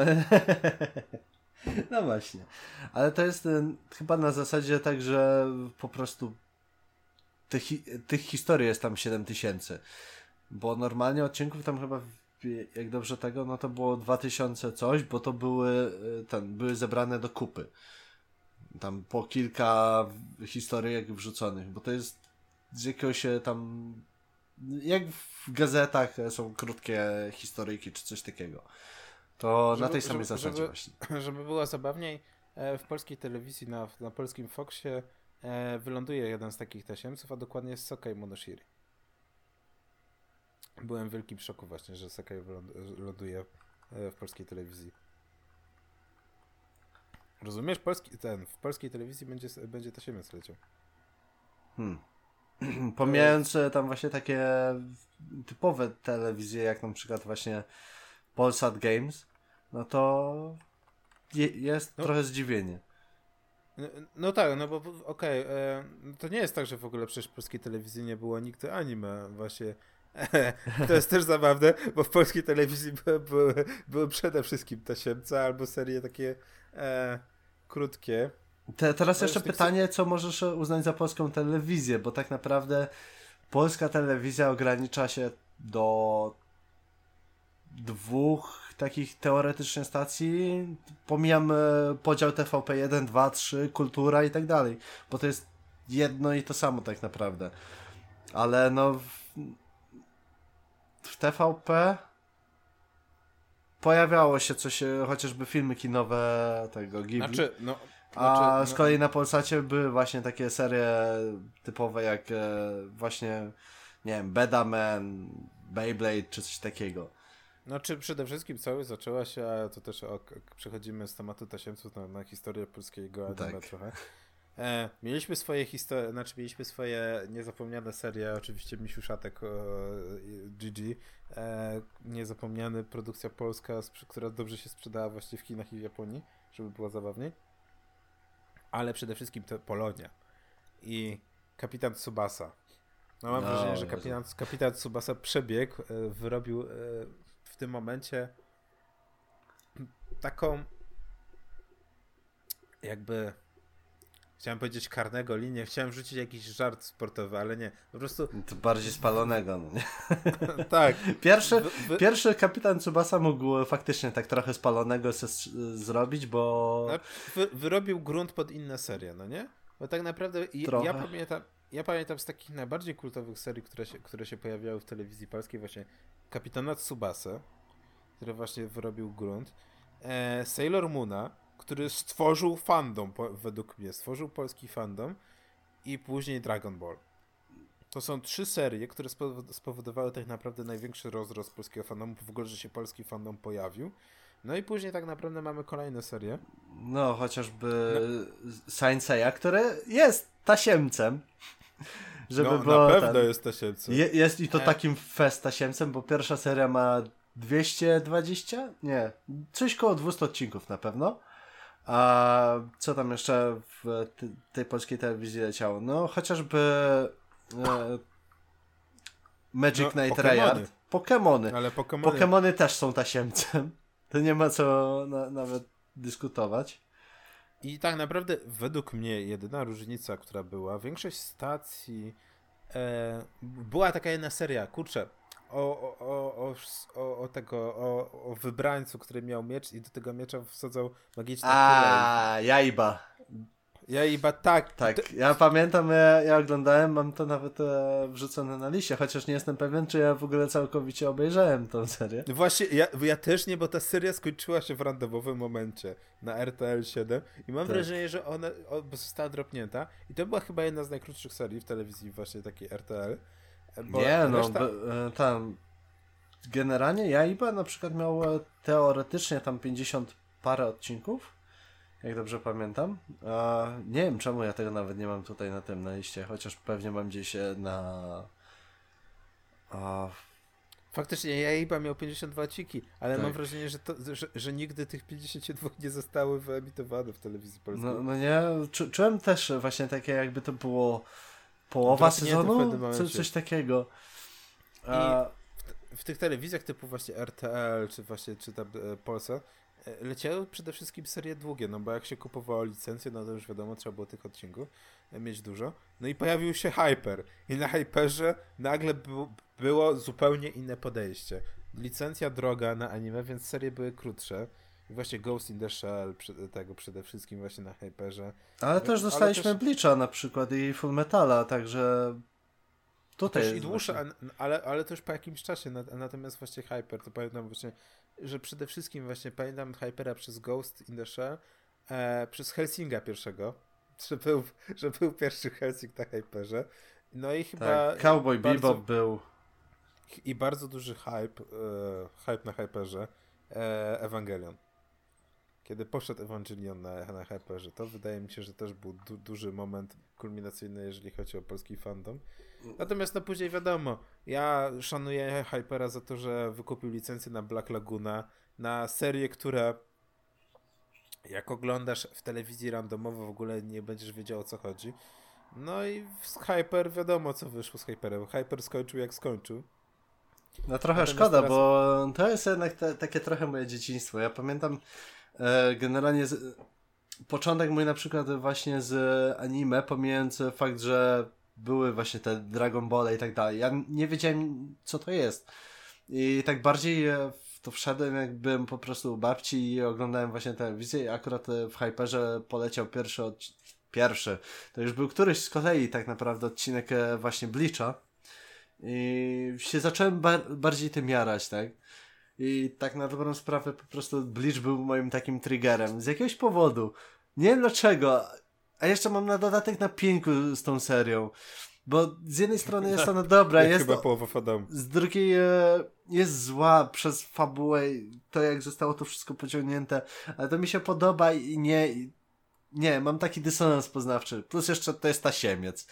No właśnie. Ale to jest chyba na zasadzie tak, że po prostu tych historii jest tam 7000. Bo normalnie odcinków tam chyba, jak dobrze tego, no to było 2000 coś, bo to były zebrane do kupy. Tam po kilka historyjek wrzuconych, bo to jest z jakiegoś tam, jak w gazetach są krótkie historyjki czy coś takiego. To na tej samej zasadzie właśnie. Żeby było zabawniej, w polskiej telewizji, na polskim Foxie wyląduje jeden z takich tasiemców, a dokładnie jest Sekai Monoshiri. Byłem w wielkim szoku właśnie, że Sekai ląduje w polskiej telewizji. Rozumiesz? W polskiej telewizji będzie tasiemiec leciał. Pomijając tam właśnie takie typowe telewizje, jak na przykład właśnie Polsat Games, no to jest trochę zdziwienie. No tak, no bo okej, to nie jest tak, że w ogóle przecież w polskiej telewizji nie było nigdy anime, właśnie. To jest też zabawne, bo w polskiej telewizji były przede wszystkim tasiemce albo serie takie krótkie. Teraz jeszcze pytanie, co możesz uznać za polską telewizję, bo tak naprawdę polska telewizja ogranicza się do 2 takich teoretycznie stacji. Pomijam podział TVP1, 2, 3, kultura i tak dalej, bo to jest jedno i to samo tak naprawdę. Ale no w TVP pojawiało się coś, chociażby filmy kinowe tego Ghibli. Z kolei na Polsacie były właśnie takie serie typowe jak właśnie, nie wiem, Bedaman, Beyblade czy coś takiego. Znaczy przede wszystkim cały zaczęła się, a to też przechodzimy z tematu tasiemców na historię polskiego anime trochę. Mieliśmy swoje historie, mieliśmy swoje niezapomniane serie, oczywiście Misiu Szatek, GG, niezapomniana produkcja polska, która dobrze się sprzedała właśnie w Chinach i w Japonii, żeby było zabawniej. Ale przede wszystkim to Polonia i Kapitan Tsubasa. No mam wrażenie, że Kapitan Tsubasa przebiegł, wyrobił w tym momencie taką jakby chciałem powiedzieć karnego linię, chciałem wrzucić jakiś żart sportowy, ale nie, po prostu... To bardziej spalonego, no nie? Tak. Pierwszy Kapitan Tsubasa mógł faktycznie tak trochę spalonego zrobić, bo... Wyrobił grunt pod inne serie, no nie? Bo tak naprawdę ja pamiętam z takich najbardziej kultowych serii, które się pojawiały w telewizji polskiej, właśnie Kapitana Tsubasę, który właśnie wyrobił grunt, Sailor Moona, który stworzył fandom, według mnie, stworzył polski fandom i później Dragon Ball. To są 3 serie, które spowodowały tak naprawdę największy rozrost polskiego fandomu, w ogóle, że się polski fandom pojawił. No i później tak naprawdę mamy kolejne serie. No, chociażby Saint Seiya, który jest tasiemcem. Żeby było na pewno jest tasiemcem. Jest i to takim fest tasiemcem, bo pierwsza seria ma 220? Nie, coś koło 200 odcinków na pewno. A co tam jeszcze w tej polskiej telewizji leciało? No chociażby Magic Knight Rayard. Pokemony. Ale Pokemony też są tasiemcem. To nie ma co nawet dyskutować. I tak naprawdę według mnie jedyna różnica, która była, większość stacji była taka jedna seria, kurczę, o wybrańcu, który miał miecz i do tego miecza wsadzał magiczne kulę. Jaiba, tak. Tak, ja pamiętam, ja oglądałem, mam to nawet wrzucone na liście, chociaż nie jestem pewien, czy ja w ogóle całkowicie obejrzałem tą serię. Właśnie, ja też nie, bo ta seria skończyła się w randomowym momencie na RTL 7 i mam wrażenie, że ona została dropnięta i to była chyba jedna z najkrótszych serii w telewizji właśnie takiej RTL. Tam generalnie Jaiba na przykład miał teoretycznie tam 50 parę odcinków, jak dobrze pamiętam. Nie wiem czemu ja tego nawet nie mam tutaj na liście, chociaż pewnie mam gdzieś na... Faktycznie Jaiba miał 52 odcinki, ale mam wrażenie, że nigdy tych 52 nie zostały wyemitowane w telewizji polskiej. No nie, czułem też właśnie takie jakby to było połowa sezonu, coś takiego. I w tych telewizjach typu właśnie RTL, czy tam Polsat, leciały przede wszystkim serie długie, no bo jak się kupowało licencję, no to już wiadomo, trzeba było tych odcinków mieć dużo. No i pojawił się Hyper i na Hyperze nagle było zupełnie inne podejście. Licencja droga na anime, więc serie były krótsze. I właśnie Ghost in the Shell przede wszystkim właśnie na Hyperze. Ale też dostaliśmy Bleacha na przykład i Full Metala, także tutaj też i dłuższe, ale to już po jakimś czasie. Natomiast właśnie Hyper, to pamiętam właśnie, że przede wszystkim właśnie pamiętam Hypera przez Ghost in the Shell, przez Helsinga pierwszego, że był pierwszy Helsing na Hyperze. No i chyba... Tak, Cowboy Bebop był. I bardzo duży hype na Hyperze, Evangelion. Kiedy poszedł Evangelion na Hyperze, to wydaje mi się, że też był duży moment kulminacyjny, jeżeli chodzi o polski fandom. Natomiast no później wiadomo, ja szanuję Hypera za to, że wykupił licencję na Black Laguna, na serię, które jak oglądasz w telewizji randomowo w ogóle nie będziesz wiedział, o co chodzi. No i z Hyper wiadomo, co wyszło z Hyperem. Hyper skończył jak skończył. No trochę szkoda, bo to jest jednak takie trochę moje dzieciństwo. Ja pamiętam generalnie początek mój na przykład właśnie z anime, pomijając fakt, że były właśnie te Dragon Ball i tak dalej. Ja nie wiedziałem, co to jest. I tak bardziej w to wszedłem, jak byłem po prostu u babci i oglądałem właśnie telewizję i akurat w Hyperze poleciał pierwszy. To już był któryś z kolei tak naprawdę odcinek właśnie Bleacha. I się zacząłem bardziej tym jarać, tak? I tak na dobrą sprawę po prostu Bleach był moim takim triggerem. Z jakiegoś powodu. Nie wiem dlaczego. A jeszcze mam na dodatek na pieńku z tą serią. Bo z jednej strony jest ona dobra, jest chyba połowa Fadam. z drugiej jest zła przez fabułę, to jak zostało to wszystko pociągnięte, ale to mi się podoba i nie, mam taki dysonans poznawczy. Plus jeszcze to jest tasiemiec.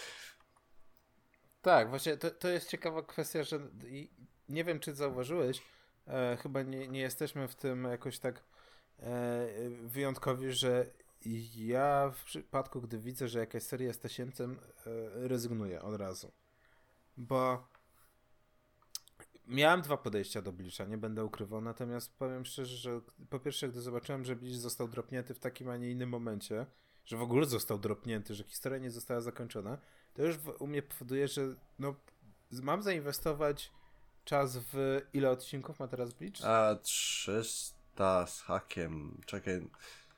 Tak, właśnie to jest ciekawa kwestia, że nie wiem, czy zauważyłeś, chyba nie jesteśmy w tym jakoś tak wyjątkowi, że ja w przypadku, gdy widzę, że jakaś seria jest tasiemcem, rezygnuję od razu. Bo miałem dwa podejścia do Bleacha, nie będę ukrywał, natomiast powiem szczerze, że po pierwsze, gdy zobaczyłem, że Bleach został dropnięty w takim, a nie innym momencie, że w ogóle został dropnięty, że historia nie została zakończona, to już u mnie powoduje, że no, mam zainwestować czas w ile odcinków ma teraz Bleach? 300 z hakiem. Czekaj.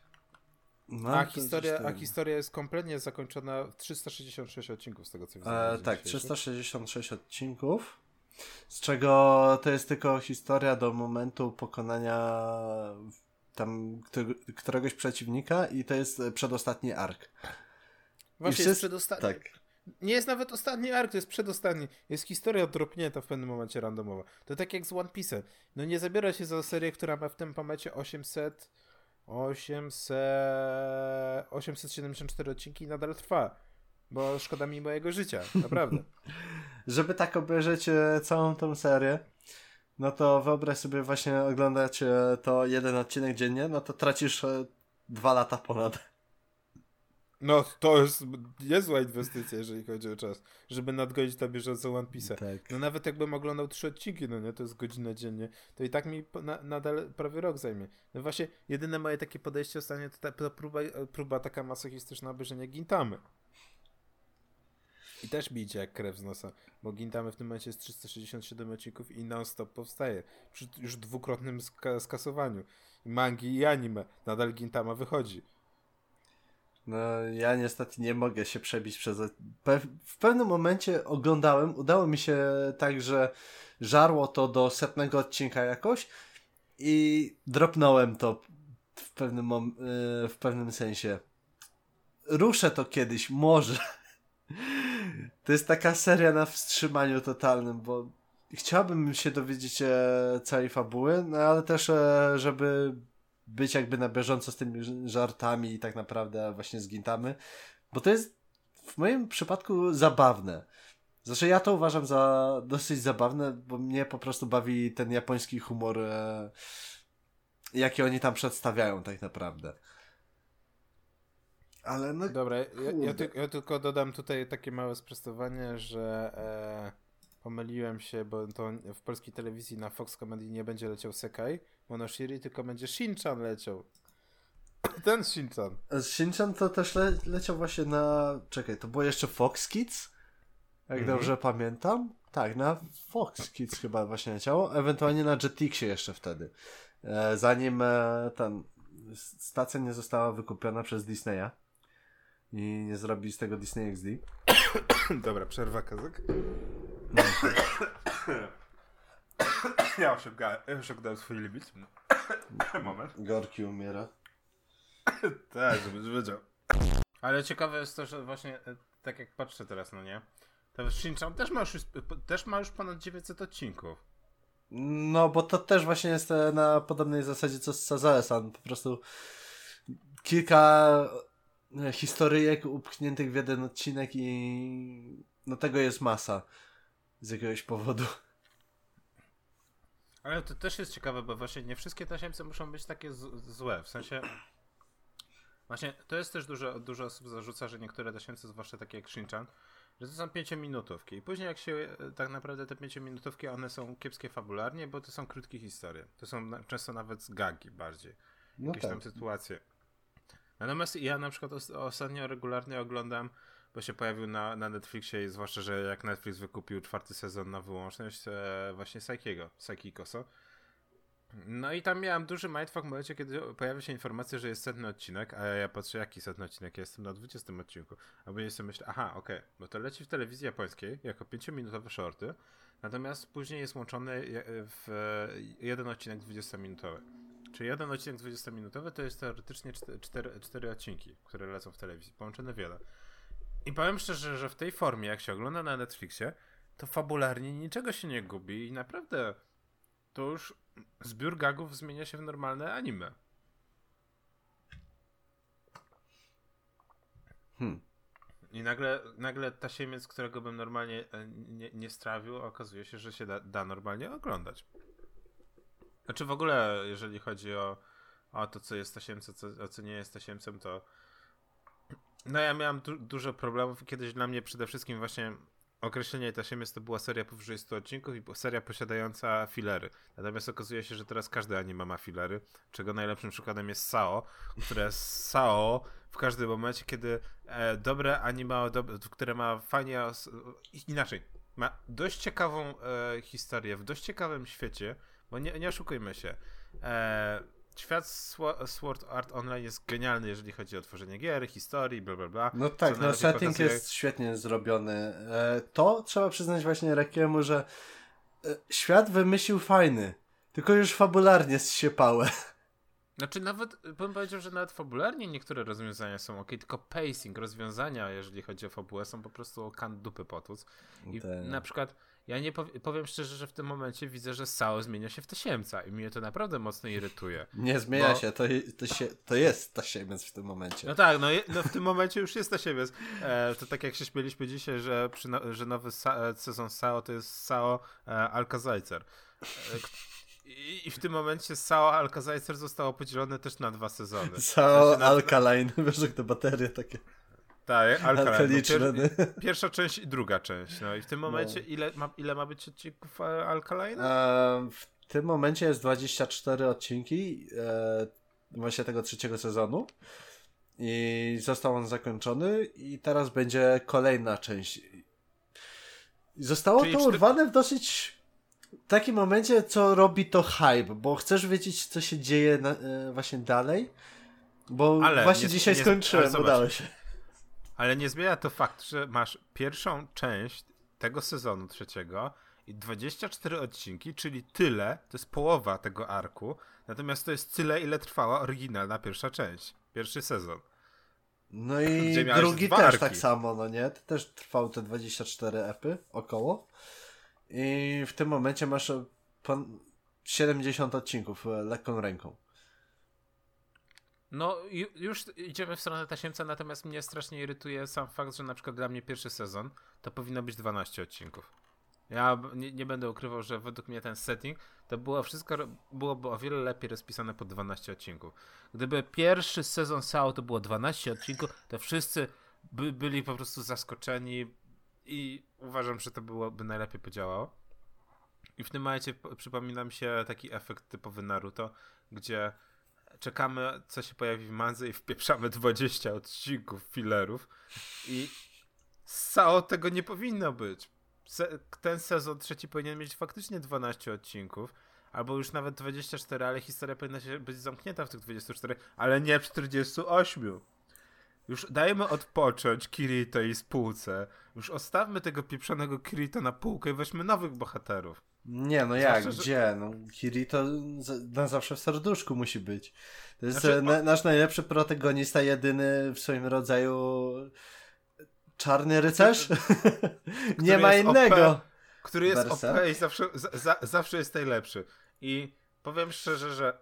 A historia jest kompletnie zakończona w 366 odcinków, z tego co widzę. Tak, 366 odcinków, z czego to jest tylko historia do momentu pokonania tam któregoś przeciwnika i to jest przedostatni ark. Właśnie jest przedostatni. Tak. Nie jest nawet ostatni ark, to jest przedostatni. Jest historia dropnięta w pewnym momencie randomowa. To tak jak z One Piece'em. No nie zabiera się za serię, która ma w tym momencie 874 odcinki i nadal trwa. Bo szkoda mi mojego życia, naprawdę. Żeby tak obejrzeć całą tą serię, no to wyobraź sobie właśnie oglądać to jeden odcinek dziennie, no to tracisz 2 lata ponad. No, to jest niezła inwestycja, jeżeli chodzi o czas, żeby nadgodzić na bieżąco One Piece'a. Tak. No nawet jakbym oglądał 3 odcinki, no nie, to jest godzina dziennie, to i tak mi nadal prawie rok zajmie. No właśnie, jedyne moje takie podejście ostatnio to próba taka masochistyczna obejrzenia Gintamy. I też mi idzie jak krew z nosa, bo Gintamy w tym momencie jest 367 odcinków i non-stop powstaje. Przy już dwukrotnym skasowaniu. Mangi i anime. Nadal Gintama wychodzi. No, ja niestety nie mogę się przebić przez... W pewnym momencie oglądałem, udało mi się tak, że żarło to do 100 odcinka jakoś i dropnąłem to w pewnym sensie. Ruszę to kiedyś, może. To jest taka seria na wstrzymaniu totalnym, bo chciałbym się dowiedzieć całej fabuły, no ale też, żeby być jakby na bieżąco z tymi żartami i tak naprawdę właśnie z Gintamy, bo to jest w moim przypadku zabawne. Znaczy ja to uważam za dosyć zabawne, bo mnie po prostu bawi ten japoński humor, jaki oni tam przedstawiają tak naprawdę. Ale no... Dobra, ja tylko dodam tutaj takie małe sprostowanie, że pomyliłem się, bo to w polskiej telewizji na Fox Comedy nie będzie leciał Sekai Monoshiri, tylko będzie Shin-chan leciał. Ten Shin-chan. Shin-chan to też leciał właśnie na... Czekaj, to było jeszcze Fox Kids? Jak dobrze pamiętam? Tak, na Fox Kids chyba właśnie leciało. Ewentualnie na Jetixie jeszcze wtedy. Zanim ta stacja nie została wykupiona przez Disneya i nie zrobili z tego Disney XD. Dobra, przerwa kazek. No. Ja osiągnąłem swój limit. Moment. Gorki umiera. Tak, żebyś wiedział. Ale ciekawe jest to, że właśnie tak jak patrzę teraz, no nie? To Shin-chan też ma już ponad 900 odcinków. No, bo to też właśnie jest na podobnej zasadzie co z Sazae-san. Po prostu kilka historyjek upchniętych w jeden odcinek i no tego jest masa. Z jakiegoś powodu. Ale to też jest ciekawe, bo właśnie nie wszystkie tasiemce muszą być takie złe. W sensie... Właśnie to jest też dużo osób zarzuca, że niektóre tasiemce, zwłaszcza takie jak Shin-chan, że to są 5-minutówki. I później jak się tak naprawdę te 5-minutówki, one są kiepskie fabularnie, bo to są krótkie historie. To są często nawet gagi bardziej. Jakieś tam sytuacje. Natomiast ja na przykład ostatnio regularnie oglądam, bo się pojawił na Netflixie i zwłaszcza, że jak Netflix wykupił 4. sezon na wyłączność właśnie Psychikoso. No i tam miałem duży mindfuck w momencie, kiedy pojawia się informacja, że jest 100 odcinek, a ja patrzę, jaki 100 odcinek, ja jestem na 20 odcinku. A później sobie myślę, aha, okej, bo to leci w telewizji japońskiej jako 5-minutowe shorty, natomiast później jest łączony w jeden odcinek 20-minutowy. Czyli jeden odcinek 20-minutowy to jest teoretycznie 4 odcinki, które lecą w telewizji, połączone wiele. I powiem szczerze, że w tej formie, jak się ogląda na Netflixie, to fabularnie niczego się nie gubi i naprawdę to już zbiór gagów zmienia się w normalne anime. I nagle tasiemiec, którego bym normalnie nie strawił, okazuje się, że się da normalnie oglądać. Znaczy w ogóle, jeżeli chodzi o to, co jest tasiemcem, a co nie jest tasiemcem, to no ja miałem dużo problemów. Kiedyś dla mnie przede wszystkim właśnie określenie tasiemiec to była seria powyżej 100 odcinków i seria posiadająca filery. Natomiast okazuje się, że teraz każde anime ma filery, czego najlepszym przykładem jest SAO, które SAO w każdym momencie, kiedy dobre anime, które ma fajnie, inaczej, ma dość ciekawą historię w dość ciekawym świecie, bo nie oszukujmy się, świat Sword Art Online jest genialny, jeżeli chodzi o tworzenie gier, historii, bla bla bla. No tak, no setting jest świetnie zrobiony. To trzeba przyznać właśnie Rekiemu, że świat wymyślił fajny, tylko już fabularnie zsiepałe. Znaczy nawet, bym powiedział, że nawet fabularnie niektóre rozwiązania są ok, tylko pacing, rozwiązania, jeżeli chodzi o fabułę, są po prostu o kant dupy potłuc. I na przykład ja nie powiem szczerze, że w tym momencie widzę, że SAO zmienia się w tasiemca i mnie to naprawdę mocno irytuje. Nie zmienia się, to jest tasiemiec w tym momencie. No tak, no w tym momencie już jest tasiemiec. To tak jak się śmieliśmy dzisiaj, że nowy sezon SAO to jest SAO Alka-Zajcer. I w tym momencie SAO Alka-Zajcer zostało podzielone też na 2 sezony. SAO Alkaline, wiesz, jak to baterie takie. Tak, Alkaline. No, pierwsza część i druga część. No i w tym momencie ile ma być odcinków Alkaline? W tym momencie jest 24 odcinki właśnie tego 3. sezonu i został on zakończony i teraz będzie kolejna część. I zostało to urwane w dosyć takim momencie, co robi to hype, bo chcesz wiedzieć, co się dzieje właśnie dalej, bo właśnie dzisiaj skończyłem, udało się. Ale nie zmienia to fakt, że masz pierwszą część tego sezonu 3 i 24 odcinki, czyli tyle, to jest połowa tego arku, natomiast to jest tyle, ile trwała oryginalna pierwsza część, pierwszy sezon. No i drugi też arki. Tak samo, no nie? To też trwał te 24 epy około i w tym momencie masz 70 odcinków lekką ręką. No, już idziemy w stronę tasiemca, natomiast mnie strasznie irytuje sam fakt, że na przykład dla mnie pierwszy sezon to powinno być 12 odcinków. Ja nie będę ukrywał, że według mnie ten setting to wszystko byłoby o wiele lepiej rozpisane pod 12 odcinków. Gdyby pierwszy sezon SAO to było 12 odcinków, to wszyscy byli po prostu zaskoczeni i uważam, że to byłoby najlepiej podziałało. I w tym momencie przypomina mi się taki efekt typowy Naruto, gdzie czekamy, co się pojawi w mandze i wpieprzamy 20 odcinków fillerów i SAO tego nie powinno być. Ten sezon 3 powinien mieć faktycznie 12 odcinków, albo już nawet 24, ale historia powinna się być zamknięta w tych 24, ale nie w 48. Już dajmy odpocząć Kirito i spółce. Już ostawmy tego pieprzonego Kirito na półkę i weźmy nowych bohaterów. Nie, no jak, gdzie? No, Kirito na zawsze w serduszku musi być. To jest nasz najlepszy protagonista, jedyny w swoim rodzaju czarny rycerz? Nie ma innego. OP, który jest OP i zawsze jest najlepszy. I powiem szczerze, że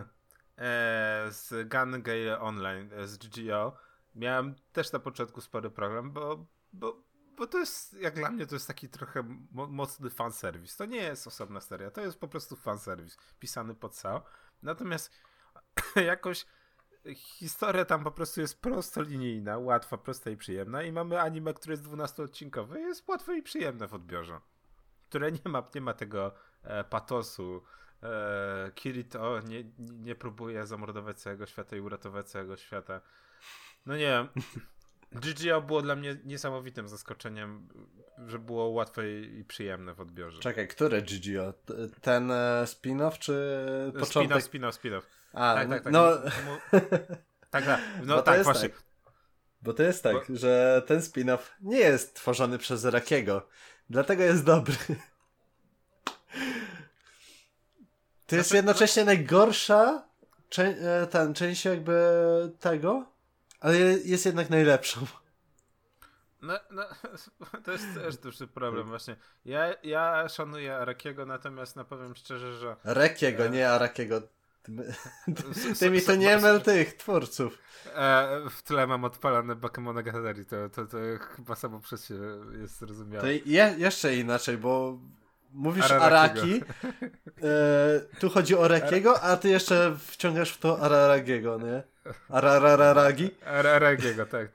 z Gun Gale Online, z GGO, miałem też na początku spory problem, bo to jest, jak dla mnie, to jest taki trochę mocny fanserwis. To nie jest osobna seria, to jest po prostu fanserwis pisany pod SAO. Natomiast jakoś historia tam po prostu jest prostolinijna, łatwa, prosta i przyjemna i mamy anime, które jest 12-odcinkowe i jest łatwe i przyjemne w odbiorze. Które nie ma tego patosu. Kirito nie próbuje zamordować całego świata i uratować całego świata. No nie wiem. GGO było dla mnie niesamowitym zaskoczeniem, że było łatwe i przyjemne w odbiorze. Czekaj, które GGO? Ten spin-off czy początek? Spin-off. A, tak. No, tak. No tak, właśnie. Tak. Bo to jest tak, że ten spin-off nie jest tworzony przez Rakiego. Dlatego jest dobry. To jest jednocześnie najgorsza część jakby tego, ale jest jednak najlepszą. No, to jest też duży problem właśnie. Ja szanuję Arakiego, natomiast powiem szczerze, że... Rakiego, nie Arakiego. Ty mi to nie myl tych twórców. W tle mam odpalane Bakemonogatari, to chyba samo przez się jest zrozumiałe. To jeszcze inaczej, bo mówisz Araki, tu chodzi o Rakiego, a ty jeszcze wciągasz w to Araragiego, nie? Arararagi? Araragiego, tak.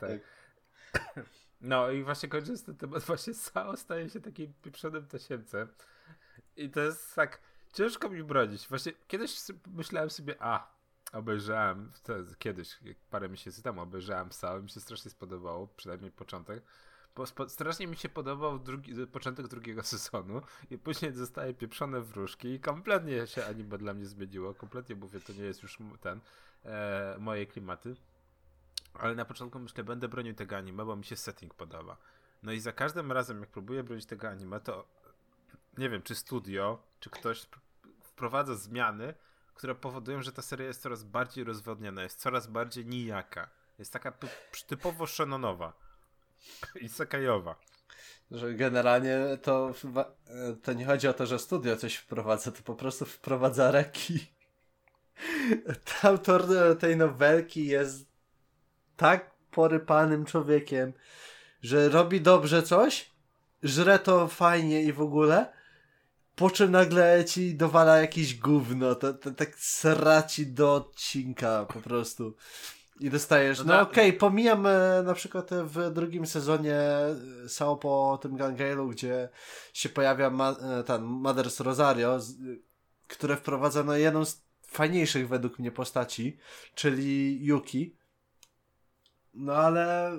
No i właśnie kończąc ten temat, właśnie Sao staje się takim pieprzonym tasiemcem i to jest tak, ciężko mi bronić. Właśnie kiedyś myślałem sobie, obejrzałem, kiedyś, parę miesięcy temu obejrzałem Sao i mi się strasznie spodobało, przynajmniej początek. Strasznie mi się podobał początek drugiego sezonu i później zostaje pieprzone wróżki i kompletnie się anime dla mnie zmieniło. Kompletnie mówię, to nie jest już moje klimaty. Ale na początku myślę, będę bronił tego anime, bo mi się setting podoba. No i za każdym razem, jak próbuję bronić tego anime, to nie wiem, czy studio, czy ktoś wprowadza zmiany, które powodują, że ta seria jest coraz bardziej rozwodniona, jest coraz bardziej nijaka. Jest taka typowo shononowa. Isekajowa. Że generalnie to nie chodzi o to, że studio coś wprowadza, to po prostu wprowadza Reki. Autor tej nowelki jest tak porypanym człowiekiem, że robi dobrze coś, żre to fajnie i w ogóle, po czym nagle ci dowala jakieś gówno, to tak sraci do odcinka po prostu. I dostajesz, okej, pomijam na przykład w drugim sezonie Sao po tym Gangale, gdzie się pojawia Mother's Rosario, które wprowadza jedną z fajniejszych według mnie postaci, czyli Yuki. No ale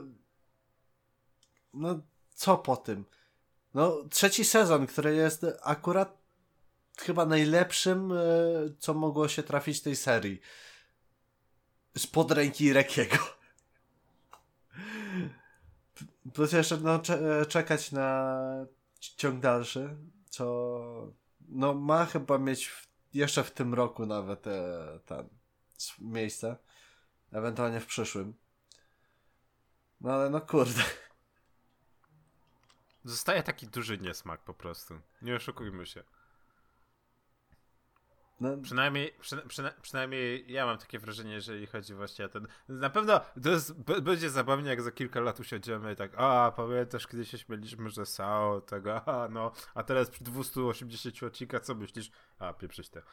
co po tym? Trzeci sezon, który jest akurat chyba najlepszym, co mogło się trafić tej serii. Spod ręki Rekiego. Plus jeszcze czekać na ciąg dalszy, co ma chyba mieć jeszcze w tym roku nawet miejsce. Ewentualnie w przyszłym. No ale kurde. Zostaje taki duży niesmak po prostu. Nie oszukujmy się. Przynajmniej ja mam takie wrażenie, jeżeli chodzi właśnie o ten... Na pewno będzie zabawnie, jak za kilka lat usiądziemy i tak, pamiętasz, kiedyś się śmieliśmy, że Sao tego, a teraz przy 280 odcinkach, co myślisz? Pieprzyć te.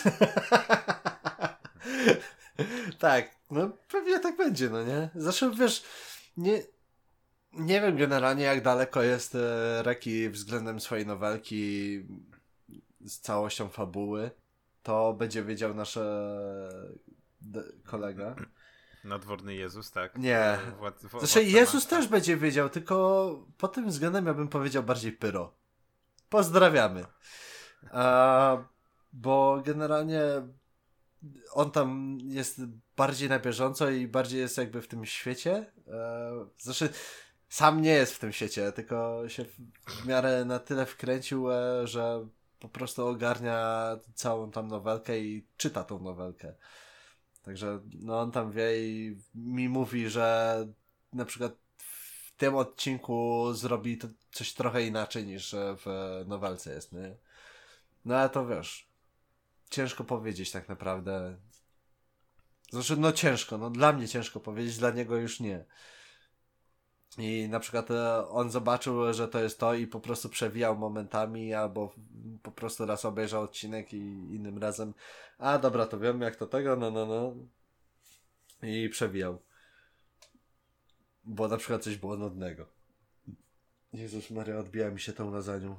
Tak, pewnie tak będzie, nie? Zresztą wiesz, nie wiem generalnie, jak daleko jest Reki względem swojej nowelki z całością fabuły. To będzie wiedział nasz kolega. Nadworny Jezus, tak? Nie. Znaczy Jezus też będzie wiedział, tylko pod tym względem ja bym powiedział bardziej Pyro. Pozdrawiamy. Bo generalnie on tam jest bardziej na bieżąco i bardziej jest jakby w tym świecie. Znaczy sam nie jest w tym świecie, tylko się w miarę na tyle wkręcił, że po prostu ogarnia całą tam nowelkę i czyta tą nowelkę. Także on tam wie i mi mówi, że na przykład w tym odcinku zrobi to coś trochę inaczej niż w nowelce jest, nie? No ale to wiesz, ciężko powiedzieć tak naprawdę. Znaczy ciężko, dla mnie ciężko powiedzieć, dla niego już nie. I na przykład on zobaczył, że to jest to i po prostu przewijał momentami, albo po prostu raz obejrzał odcinek i innym razem dobra, to wiem jak to tego, i przewijał. Bo na przykład coś było nudnego. Jezus Maria, odbija mi się tą lasagną.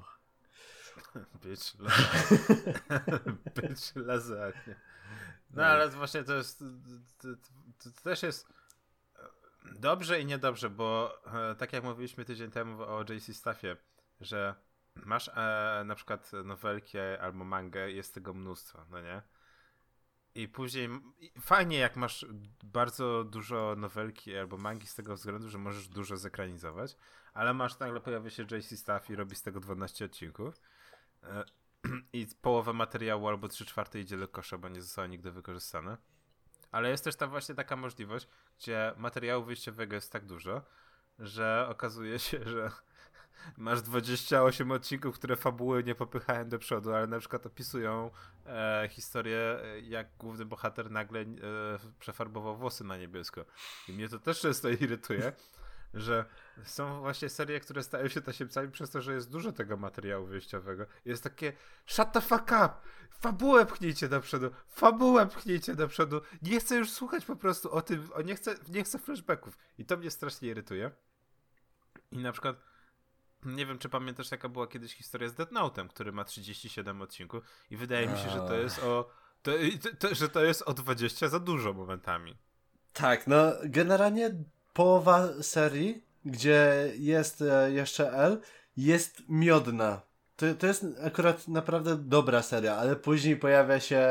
Być lasagna. Ale właśnie to jest to też jest dobrze i niedobrze, bo tak jak mówiliśmy tydzień temu o JC Staffie, że masz na przykład nowelki albo mangę, jest tego mnóstwo, no nie? I później fajnie jak masz bardzo dużo nowelki albo mangi z tego względu, że możesz dużo zekranizować, ale nagle pojawia się JC Staff i robi z tego 12 odcinków i połowa materiału albo 3/4 idzie do kosza, bo nie zostało nigdy wykorzystane. Ale jest też tam właśnie taka możliwość, gdzie materiału wyjściowego jest tak dużo, że okazuje się, że masz 28 odcinków, które fabuły nie popychają do przodu, ale na przykład opisują historię, jak główny bohater nagle przefarbował włosy na niebiesko. I mnie to też często irytuje, że są właśnie serie, które stają się tasiemcami przez to, że jest dużo tego materiału wyjściowego. Jest takie shut the fuck up! Fabułę pchnijcie do przodu! Fabułę pchnijcie do przodu! Nie chcę już słuchać po prostu o tym, nie chcę flashbacków. I to mnie strasznie irytuje. I na przykład nie wiem, czy pamiętasz, jaka była kiedyś historia z Death Note'em, który ma 37 odcinków i wydaje mi się, że to jest że to jest o 20 za dużo momentami. Tak, no generalnie połowa serii, gdzie jest jeszcze L, jest miodna. To jest akurat naprawdę dobra seria, ale później pojawia się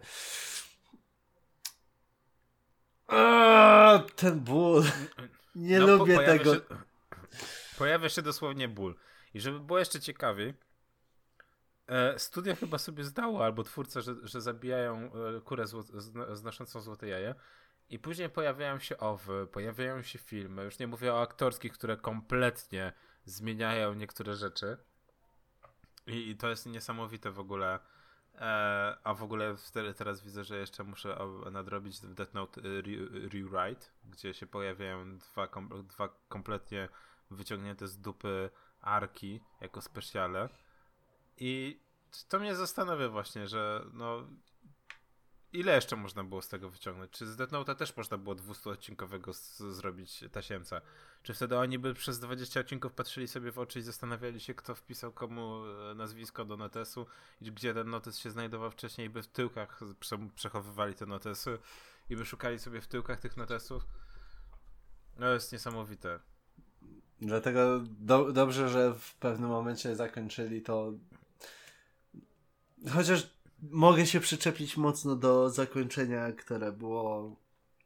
ten ból. Nie lubię tego. Pojawia się dosłownie ból. I żeby było jeszcze ciekawiej, studia chyba sobie zdało, albo twórca, że zabijają kurę znoszącą złote jaja. I później pojawiają się owy, pojawiają się filmy. Już nie mówię o aktorskich, które kompletnie zmieniają niektóre rzeczy. I to jest niesamowite w ogóle. A w ogóle teraz widzę, że jeszcze muszę nadrobić Death Note Rewrite, gdzie się pojawiają dwa kompletnie wyciągnięte z dupy arki jako specjale. I to mnie zastanawia właśnie, że no ile jeszcze można było z tego wyciągnąć? Czy z Death Note'a też można było 200-odcinkowego zrobić tasiemca? Czy wtedy oni by przez 20 odcinków patrzyli sobie w oczy i zastanawiali się, kto wpisał komu nazwisko do notesu i gdzie ten notes się znajdował wcześniej, by w tyłkach przechowywali te notesy i by szukali sobie w tyłkach tych notesów? No jest niesamowite. Dlatego dobrze, że w pewnym momencie zakończyli to. Chociaż mogę się przyczepić mocno do zakończenia, które było.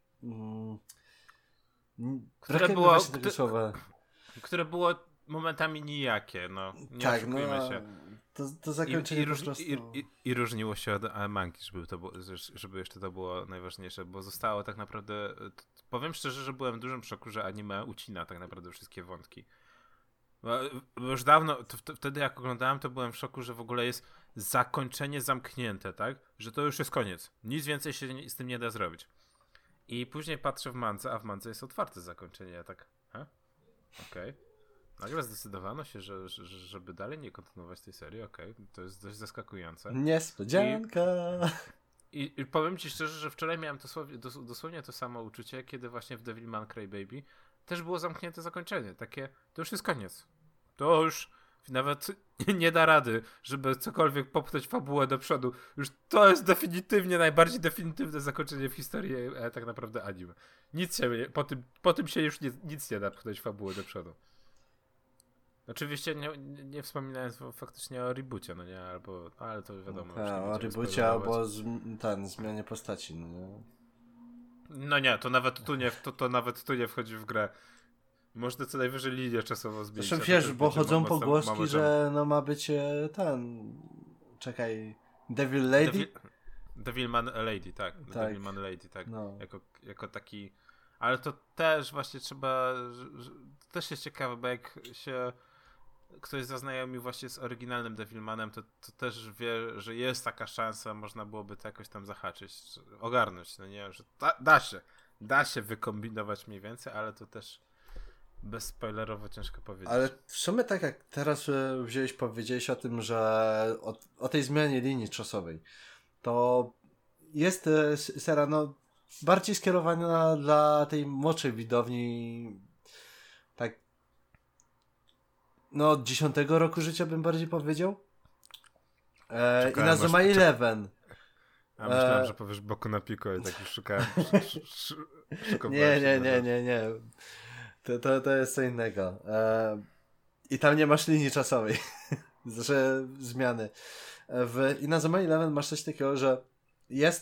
Które było momentami nijakie, no. Nie tak, oszukujmy się. To zakończenie po prostu. I różniło się od mangi, żeby jeszcze to było najważniejsze, bo zostało tak naprawdę. Powiem szczerze, że byłem w dużym szoku, że anime ucina tak naprawdę wszystkie wątki. Bo już dawno, wtedy jak oglądałem, to byłem w szoku, że w ogóle jest zakończenie zamknięte, tak? Że to już jest koniec. Nic więcej się z tym nie da zrobić. I później patrzę w mandze, a w mandze jest otwarte zakończenie. Ja tak, okej. Nagle zdecydowano się, żeby dalej nie kontynuować tej serii, okej. To jest dość zaskakujące. Niespodzianka! I powiem ci szczerze, że wczoraj miałem dosłownie to samo uczucie, kiedy właśnie w Devilman Crybaby też było zamknięte zakończenie. Takie, to już jest koniec. To już nawet nie da rady, żeby cokolwiek popchnąć fabułę do przodu. Już to jest definitywnie najbardziej definitywne zakończenie w historii tak naprawdę anime. Nic się, po tym się już nic nie da pchnąć fabułę do przodu. Oczywiście nie wspominając faktycznie o reboocie, no nie, ale to wiadomo. O reboocie albo zmianie postaci, no nie. No nie, to nawet tu nie wchodzi w grę. Można co najwyżej linię czasową zmienić. Zresztą wiesz, bo chodzą pogłoski, że no ma być Devil Lady? Devilman Lady, tak. Tak. Devilman Lady, tak. No. Jako taki. Ale to też właśnie trzeba. To też jest ciekawe, bo jak się ktoś zaznajomił właśnie z oryginalnym Devilmanem, to też wie, że jest taka szansa, można byłoby to jakoś tam zahaczyć, ogarnąć, no nie, że da się wykombinować mniej więcej, ale to też bezspoilerowo ciężko powiedzieć. Ale w sumie tak jak teraz powiedziałeś o tym, że o tej zmianie linii czasowej, to jest seria bardziej skierowana dla tej młodszej widowni, tak od 10 roku życia bym bardziej powiedział. Inazuma Eleven. A myślałem, że powiesz Boku no Pico i tak już szukałem. Nie. To jest co innego. I tam nie masz linii czasowej. Znaczy zmiany. W Inazuma Eleven masz coś takiego, że jest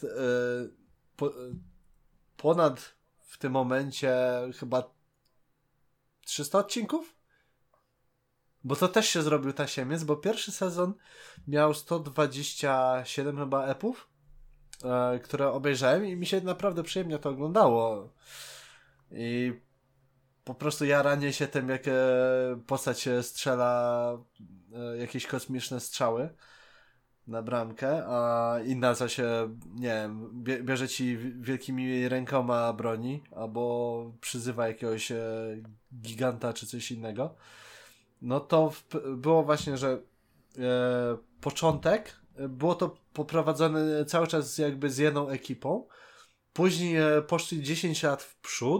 ponad w tym momencie chyba 300 odcinków? Bo to też się zrobił tasiemiec, bo pierwszy sezon miał 127 chyba epów, które obejrzałem i mi się naprawdę przyjemnie to oglądało. I po prostu jaranie się tym, jak postać strzela jakieś kosmiczne strzały na bramkę, a inna co się, nie wiem, bierze ci wielkimi rękoma broni, albo przyzywa jakiegoś giganta czy coś innego. No to było właśnie, że początek było to poprowadzone cały czas jakby z jedną ekipą. Później poszli 10 lat w przód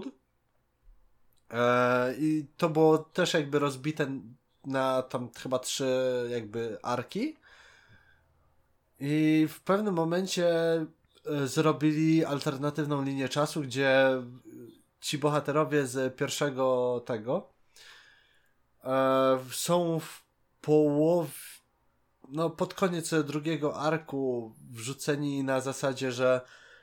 i to było też jakby rozbite na tam chyba 3 jakby arki. I w pewnym momencie zrobili alternatywną linię czasu, gdzie ci bohaterowie z pierwszego tego są w połowie, no pod koniec drugiego arku wrzuceni na zasadzie, że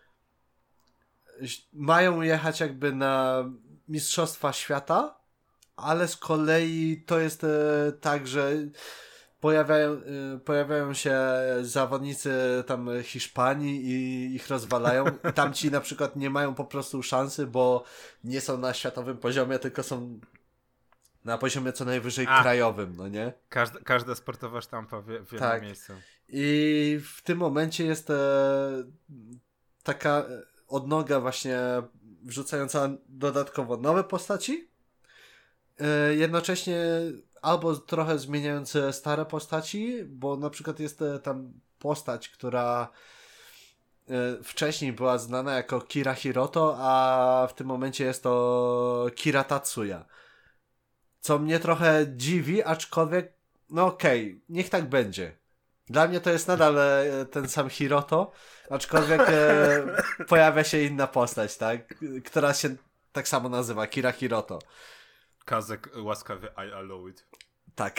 mają jechać jakby na Mistrzostwa Świata, ale z kolei to jest tak, że pojawiają się zawodnicy tam Hiszpanii i ich rozwalają. I tamci na przykład nie mają po prostu szansy, bo nie są na światowym poziomie, tylko są na poziomie co najwyżej krajowym, no nie? Każda sportowa sztampa w jednym miejscu. I w tym momencie jest taka odnoga właśnie wrzucająca dodatkowo nowe postaci, jednocześnie albo trochę zmieniające stare postaci, bo na przykład jest tam postać, która wcześniej była znana jako Kira Hiroto, a w tym momencie jest to Kira Tatsuya. Co mnie trochę dziwi, aczkolwiek no okej, niech tak będzie. Dla mnie to jest nadal ten sam Hiroto, aczkolwiek pojawia się inna postać, tak? Która się tak samo nazywa, Kira Hiroto. Kazek łaskawy I allow it. Tak.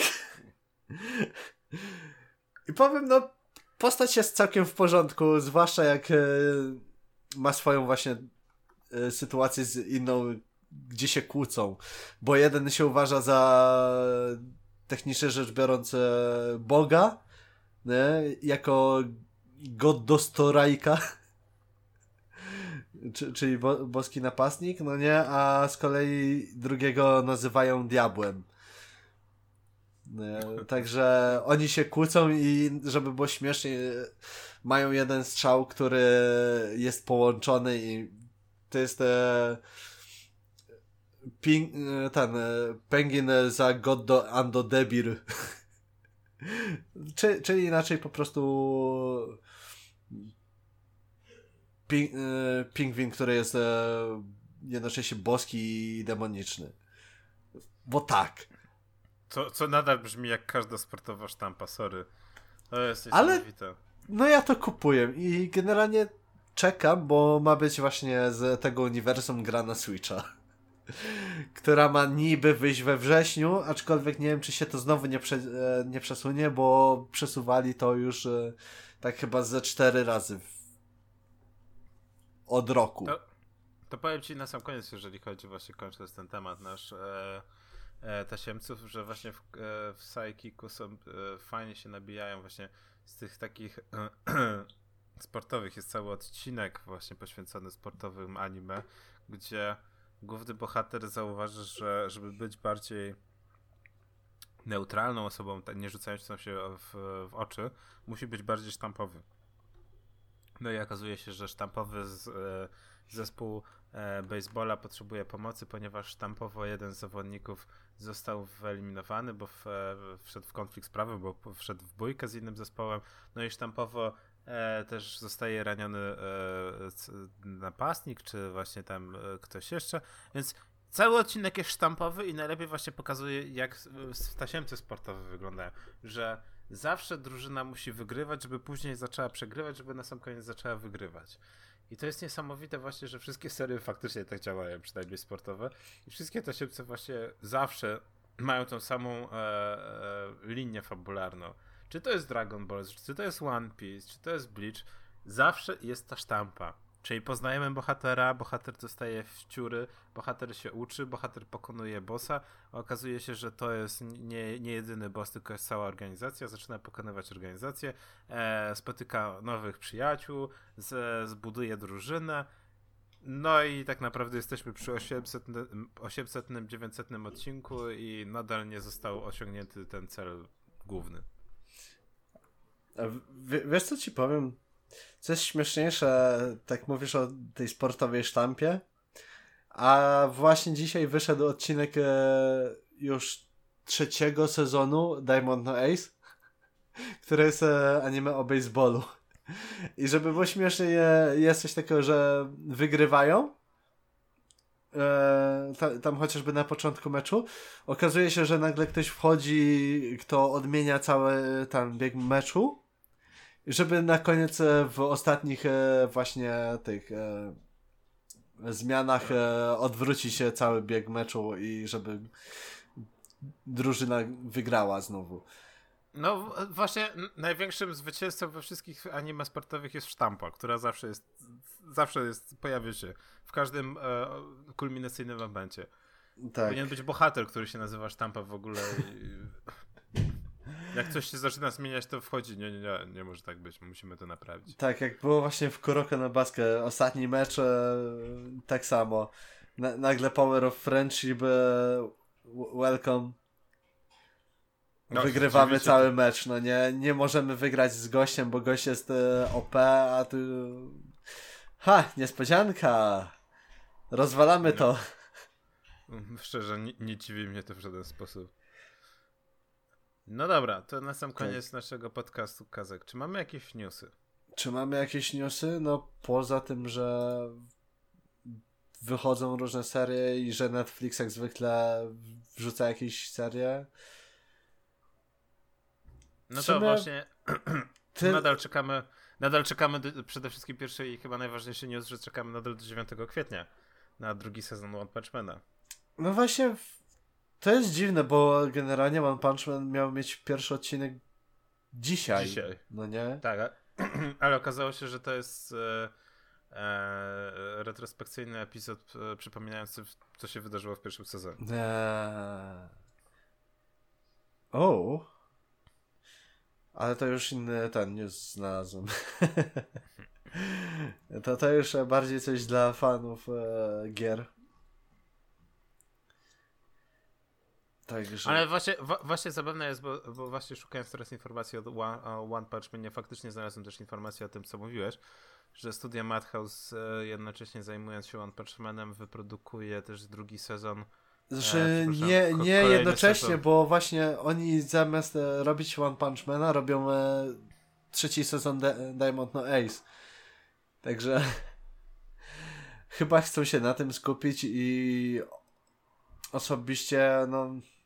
I powiem, no postać jest całkiem w porządku, zwłaszcza jak ma swoją właśnie sytuację z inną, gdzie się kłócą, bo jeden się uważa za technicznie rzecz biorąc Boga, nie? Jako god Dostorajka, czyli boski napastnik, no nie, a z kolei drugiego nazywają diabłem. Nie? Także oni się kłócą i żeby było śmiesznie, mają jeden strzał, który jest połączony i to jest Pengin za Goddo Ando Debir. Czyli inaczej po prostu pingwin, który jest jednocześnie boski i demoniczny. Bo tak. Co nadal brzmi jak każda sportowa sztampa, sorry. To jest niesamowite. Ale no ja to kupuję i generalnie czekam, bo ma być właśnie z tego uniwersum gra na Switcha. Która ma niby wyjść we wrześniu, aczkolwiek nie wiem, czy się to znowu nie przesunie, bo przesuwali to już tak chyba ze 4 razy od roku. To powiem ci na sam koniec, jeżeli chodzi właśnie, kończąc ten temat nasz tasiemców, że właśnie w Psychiku są fajnie się nabijają właśnie z tych takich sportowych. Jest cały odcinek właśnie poświęcony sportowym anime, gdzie główny bohater zauważy, że żeby być bardziej neutralną osobą, nie rzucającą się w oczy, musi być bardziej sztampowy. No i okazuje się, że sztampowy zespół baseballa potrzebuje pomocy, ponieważ sztampowo jeden z zawodników został wyeliminowany, bo wszedł w konflikt z prawem, bo wszedł w bójkę z innym zespołem. No i sztampowo też zostaje raniony napastnik, czy właśnie tam ktoś jeszcze, więc cały odcinek jest sztampowy i najlepiej właśnie pokazuje, jak tasiemce sportowe wyglądają, że zawsze drużyna musi wygrywać, żeby później zaczęła przegrywać, żeby na sam koniec zaczęła wygrywać. I to jest niesamowite właśnie, że wszystkie serie faktycznie tak działają, przynajmniej sportowe. I wszystkie te szybce właśnie zawsze mają tą samą linię fabularną. Czy to jest Dragon Ball, czy to jest One Piece, czy to jest Bleach, zawsze jest ta sztampa. Czyli poznajemy bohatera, bohater dostaje wciury, bohater się uczy, bohater pokonuje bossa, a okazuje się, że to jest nie jedyny boss, tylko jest cała organizacja, zaczyna pokonywać organizację, spotyka nowych przyjaciół, zbuduje drużynę, no i tak naprawdę jesteśmy przy 800, 900 odcinku i nadal nie został osiągnięty ten cel główny. Wiesz co ci powiem? Co jest śmieszniejsze, tak mówisz o tej sportowej sztampie, a właśnie dzisiaj wyszedł odcinek już 3. sezonu Diamond No Ace, który jest anime o baseballu. I żeby było śmiesznie, jest coś takiego, że wygrywają tam chociażby na początku meczu. Okazuje się, że nagle ktoś wchodzi, kto odmienia cały tam bieg meczu, żeby na koniec w ostatnich właśnie tych zmianach odwróci się cały bieg meczu i żeby drużyna wygrała znowu. No właśnie największym zwycięzcą we wszystkich anime sportowych jest sztampa, która zawsze pojawia się w każdym kulminacyjnym momencie. Tak. Powinien być bohater, który się nazywa sztampa w ogóle i... Jak coś się zaczyna zmieniać, to wchodzi. Nie może tak być, musimy to naprawić. Tak, jak było właśnie w Kuroko no Basket, ostatni mecz, tak samo. Nagle Power of Friendship, welcome. No, wygrywamy cały mecz, no nie możemy wygrać z gościem, bo gość jest OP, a tu... niespodzianka! Rozwalamy to. Szczerze, nie dziwi mnie to w żaden sposób. No dobra, to na sam koniec naszego podcastu, Kazek. Czy mamy jakieś newsy? Czy mamy jakieś newsy? No poza tym, że wychodzą różne serie i że Netflix jak zwykle wrzuca jakieś serie. No to właśnie nadal czekamy przede wszystkim pierwszy i chyba najważniejszy news, że czekamy nadal do 9 kwietnia na drugi sezon One Punch Mana. No właśnie to jest dziwne, bo generalnie One Punch Man miał mieć pierwszy odcinek dzisiaj. No nie? Tak, ale okazało się, że to jest retrospekcyjny epizod przypominający, co się wydarzyło w pierwszym sezonie. Ale to już inny ten news znalazłem. to już bardziej coś dla fanów gier. Także... Ale właśnie zabawne jest, bo właśnie szukając teraz informacji o One Punch Manie, faktycznie znalazłem też informację o tym, co mówiłeś, że studia Madhouse jednocześnie zajmując się One Punch Manem wyprodukuje też drugi sezon. Znaczy nie jednocześnie, sezon. Bo właśnie oni zamiast robić One Punch Mana robią 3. sezon Diamond No Ace. Także chyba chcą się na tym skupić i osobiście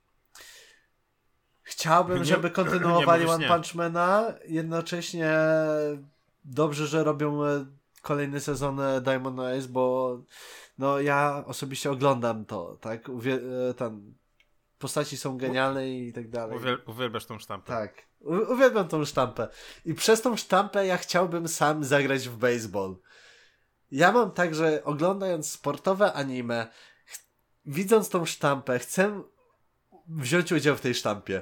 chciałbym, żeby kontynuowali One Punch Mana, jednocześnie dobrze, że robią kolejny sezon Diamond No Ace, bo ja osobiście oglądam to, tak? Postaci są genialne i tak dalej. Uwielbiasz tą sztampę. Tak, uwielbiam tą sztampę. I przez tą sztampę ja chciałbym sam zagrać w baseball. Ja mam tak, że oglądając sportowe anime, widząc tą sztampę, chcę wziąć udział w tej sztampie.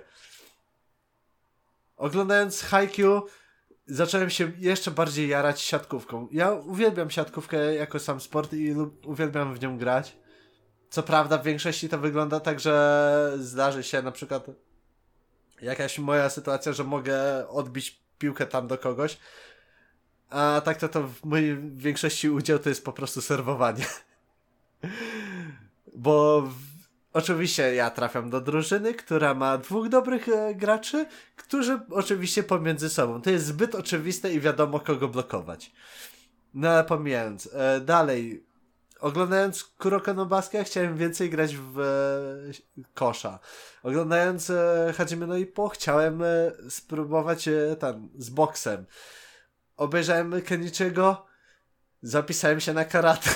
Oglądając Haikyuu, zacząłem się jeszcze bardziej jarać siatkówką. Ja uwielbiam siatkówkę jako sam sport i uwielbiam w nią grać. Co prawda w większości to wygląda tak, że zdarzy się na przykład jakaś moja sytuacja, że mogę odbić piłkę tam do kogoś, a tak to w mojej większości udział to jest po prostu serwowanie. Bo oczywiście ja trafiam do drużyny, która ma 2 dobrych graczy, którzy oczywiście pomiędzy sobą. To jest zbyt oczywiste i wiadomo kogo blokować. No ale pomijając. Dalej. oglądając Kuroko no Basket chciałem więcej grać w kosza. Oglądając Hajime no Ippo chciałem spróbować z boksem. Obejrzałem Kenichiego, zapisałem się na karate.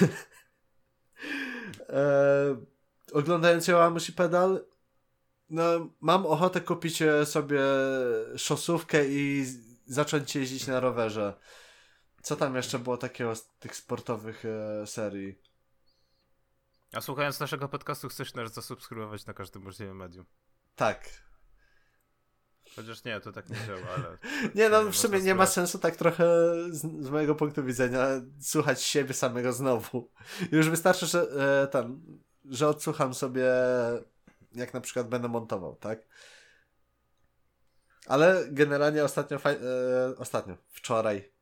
Oglądając Yowamushi Pedal, no mam ochotę kupić sobie szosówkę i zacząć jeździć na rowerze. Co tam jeszcze było takiego z tych sportowych serii? A słuchając naszego podcastu chcesz nas zasubskrybować na każdym możliwym medium. Tak. Chociaż nie, to tak nie działa, ale... Nie, no w sumie nie ma sensu tak trochę z mojego punktu widzenia słuchać siebie samego znowu. Już wystarczy, że odsłucham sobie, jak na przykład będę montował, tak? Ale generalnie wczoraj,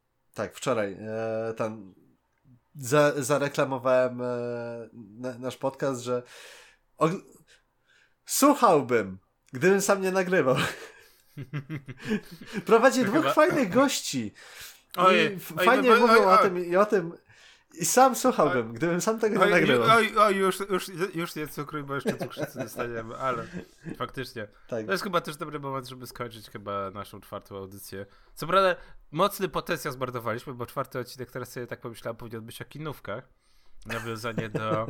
zareklamowałem nasz podcast, że słuchałbym, gdybym sam nie nagrywał. Prowadzi dwóch fajnych gości. Fajnie mówią o tym i o tym. I sam słuchałbym, gdybym sam tego nie nagrywał. Już nie cukruj, bo jeszcze cukrzycy dostaniemy, ale faktycznie. Tak. To jest chyba też dobry moment, żeby skończyć chyba naszą 4. audycję. Co prawda mocny potencjał zmarnowaliśmy, bo 4. odcinek, teraz sobie tak pomyślałem, powinien być o kinówkach. Nawiązanie do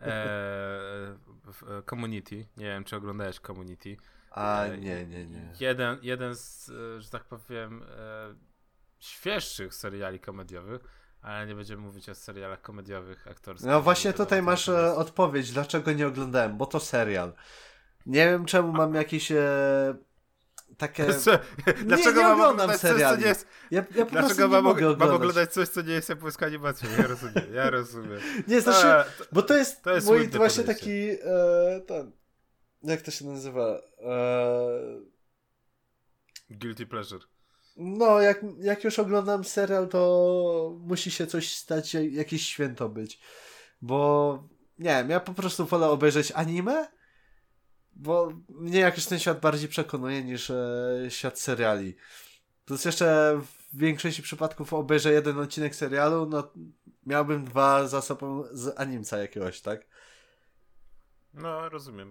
Community. Nie wiem, czy oglądałeś Community. Nie. Jeden z, że tak powiem, świeższych seriali komediowych, ale nie będziemy mówić o serialach komediowych, aktorskich. No właśnie tutaj masz odpowiedź, dlaczego nie oglądałem, bo to serial. Nie wiem, czemu mam jakieś takie... Dlaczego nie mam oglądam seriali. Ja po prostu nie mogę oglądać. Mam oglądać coś, co nie jest japońską animacją. Ja rozumiem. Nie, znaczy, bo to jest mój właśnie podejście. taki... jak to się nazywa? Guilty pleasure. No, jak już oglądam serial, to musi się coś stać, jakieś święto być. Bo, nie wiem, ja po prostu wolę obejrzeć anime, bo mnie jakoś ten świat bardziej przekonuje niż świat seriali. Plus jeszcze w większości przypadków obejrzę jeden odcinek serialu, no miałbym 2 za sobą z animca jakiegoś, tak? No, rozumiem.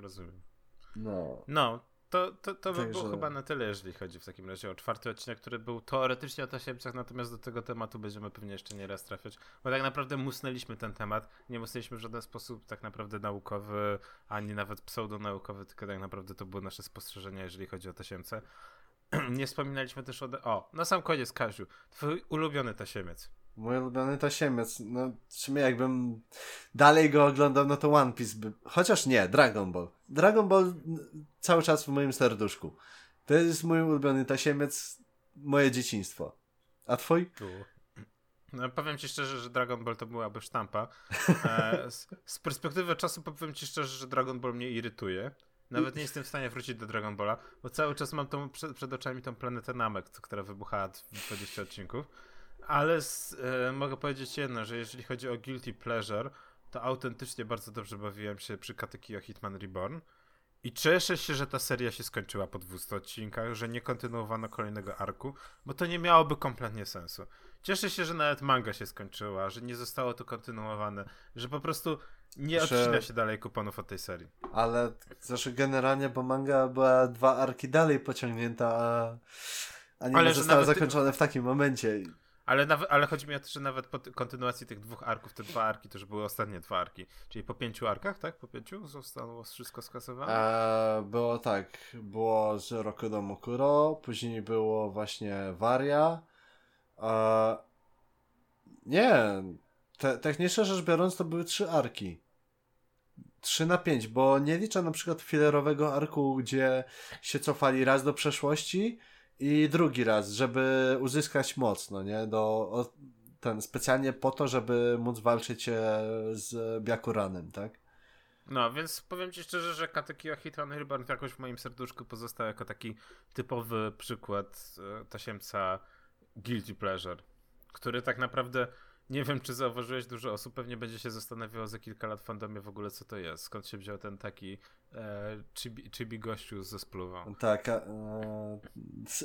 No. To by było chyba na tyle, jeżeli chodzi w takim razie o 4. odcinek, który był teoretycznie o tasiemcach, natomiast do tego tematu będziemy pewnie jeszcze nie raz trafiać, bo tak naprawdę musnęliśmy ten temat, nie musnęliśmy w żaden sposób tak naprawdę naukowy, ani nawet pseudonaukowy, tylko tak naprawdę to były nasze spostrzeżenia, jeżeli chodzi o tasiemce. Nie wspominaliśmy też na sam koniec, Kaziu, twój ulubiony tasiemiec. Mój ulubiony tasiemiec, no w sumie jakbym dalej go oglądał, no to One Piece by... Chociaż nie, Dragon Ball. Dragon Ball cały czas w moim serduszku. To jest mój ulubiony tasiemiec, moje dzieciństwo. A twój? No, powiem ci szczerze, że Dragon Ball to byłaby sztampa. Z perspektywy czasu powiem ci szczerze, że Dragon Ball mnie irytuje. Nawet nie jestem w stanie wrócić do Dragon Balla, bo cały czas mam przed oczami tą planetę Namek, która wybuchała w 20 odcinków. Ale mogę powiedzieć jedno, że jeżeli chodzi o Guilty Pleasure, to autentycznie bardzo dobrze bawiłem się przy Katekyo Hitman Reborn i cieszę się, że ta seria się skończyła po 200 odcinkach, że nie kontynuowano kolejnego arku, bo to nie miałoby kompletnie sensu. Cieszę się, że nawet manga się skończyła, że nie zostało to kontynuowane, że po prostu nie odcina się dalej kuponów od tej serii. Ale znaczy generalnie, bo manga była 2 arki dalej pociągnięta, a anime zostało zakończone w takim momencie. Ale chodzi mi o to, że nawet po kontynuacji tych 2 arków, te 2 arki to już były ostatnie 2 arki. Czyli po 5 arkach, tak? Po 5 zostało wszystko skasowane? Było tak. Było z Roku do Mokuro, później było właśnie Waria. Nie. Technicznie rzecz biorąc, to były 3 arki. 3/5, bo nie liczę na przykład fillerowego arku, gdzie się cofali raz do przeszłości i drugi raz, żeby uzyskać moc, no nie? Specjalnie po to, żeby móc walczyć z Byakuranem, tak? No, więc powiem ci szczerze, że Katekyo Hitman Reborn jakoś w moim serduszku pozostał jako taki typowy przykład tasiemca Guilty Pleasure, który tak naprawdę, nie wiem czy zauważyłeś, dużo osób pewnie będzie się zastanawiało za kilka lat w fandomie w ogóle co to jest, skąd się wziął ten taki chibi gościu ze spluwą. Tak,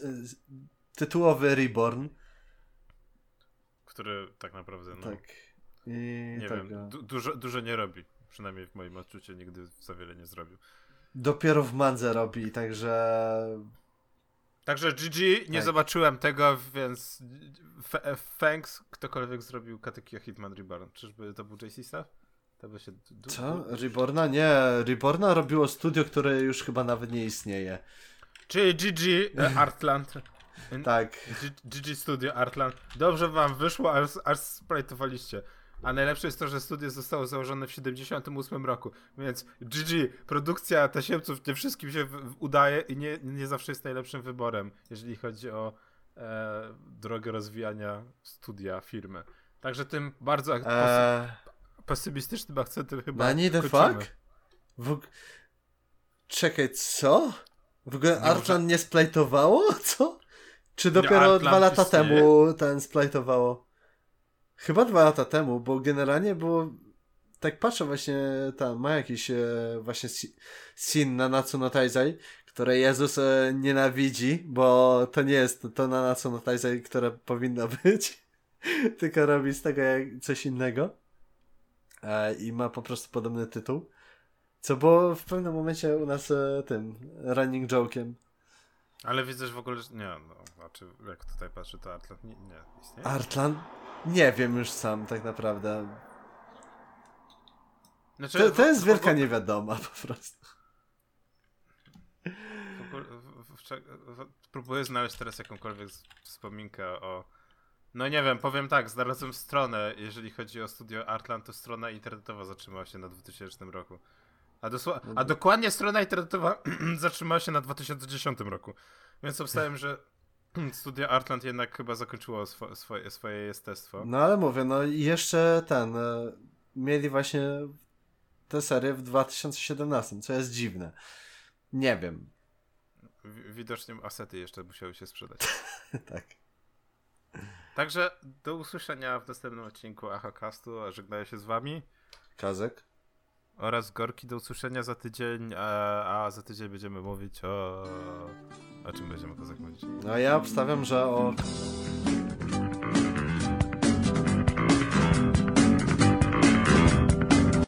tytułowy Reborn. Który tak naprawdę, no... Tak. I nie wiem, dużo nie robi. Przynajmniej w moim odczuciu nigdy za wiele nie zrobił. Dopiero w mandze robi, także GG, nie zobaczyłem tego, więc thanks, ktokolwiek zrobił Katekyo Hitman Reborn. Czyżby to był JC Staff? To by się co? Reborna? Nie, Reborna robiło studio, które już chyba nawet nie istnieje. Czyli GG Artland. Tak. GG Studio Artland. Dobrze wam wyszło, aż sprajtowaliście. A najlepsze jest to, że studio zostało założone w 78 roku, więc GG, produkcja tasiemców nie wszystkim się udaje i nie zawsze jest najlepszym wyborem, jeżeli chodzi o drogę rozwijania studia, firmy. Także tym bardzo pesymistycznym akcentem chyba Nani the fuck? Czekaj, co? W ogóle Artland nie splajtowało? Co? Czy dopiero 2 lata temu ten splajtowało? Chyba 2 lata temu, bo generalnie było... Tak patrzę właśnie, tam ma jakiś właśnie scene na Natsuno Taizai, które Jezus nienawidzi, bo to nie jest to na Natsuno Taizai, które powinno być, tylko robi z tego coś innego i ma po prostu podobny tytuł, co było w pewnym momencie u nas tym running joke'iem. Ale widzę, że w ogóle... Nie, no, znaczy jak tutaj patrzę, to Artland nie istnieje. Artland? Nie wiem już sam tak naprawdę. Znaczy, to jest wielka niewiadoma po prostu. Próbuję znaleźć teraz jakąkolwiek wspominkę o... No nie wiem, powiem tak, znalazłem stronę, jeżeli chodzi o studio Artland, to strona internetowa zatrzymała się na 2000 roku. A dokładnie strona internetowa zatrzymała się na 2010 roku. Więc obstałem, że studio Artland jednak chyba zakończyło swoje jestestwo. No ale mówię, no i jeszcze mieli właśnie tę serię w 2017, co jest dziwne. Nie wiem. Widocznie asety jeszcze musiały się sprzedać. Tak. Także do usłyszenia w następnym odcinku AHCastu, a żegnaję się z wami. Kazek. Oraz Gorki, do usłyszenia za tydzień, a za tydzień będziemy mówić o czym będziemy, Kozak, mówić? No ja obstawiam, że o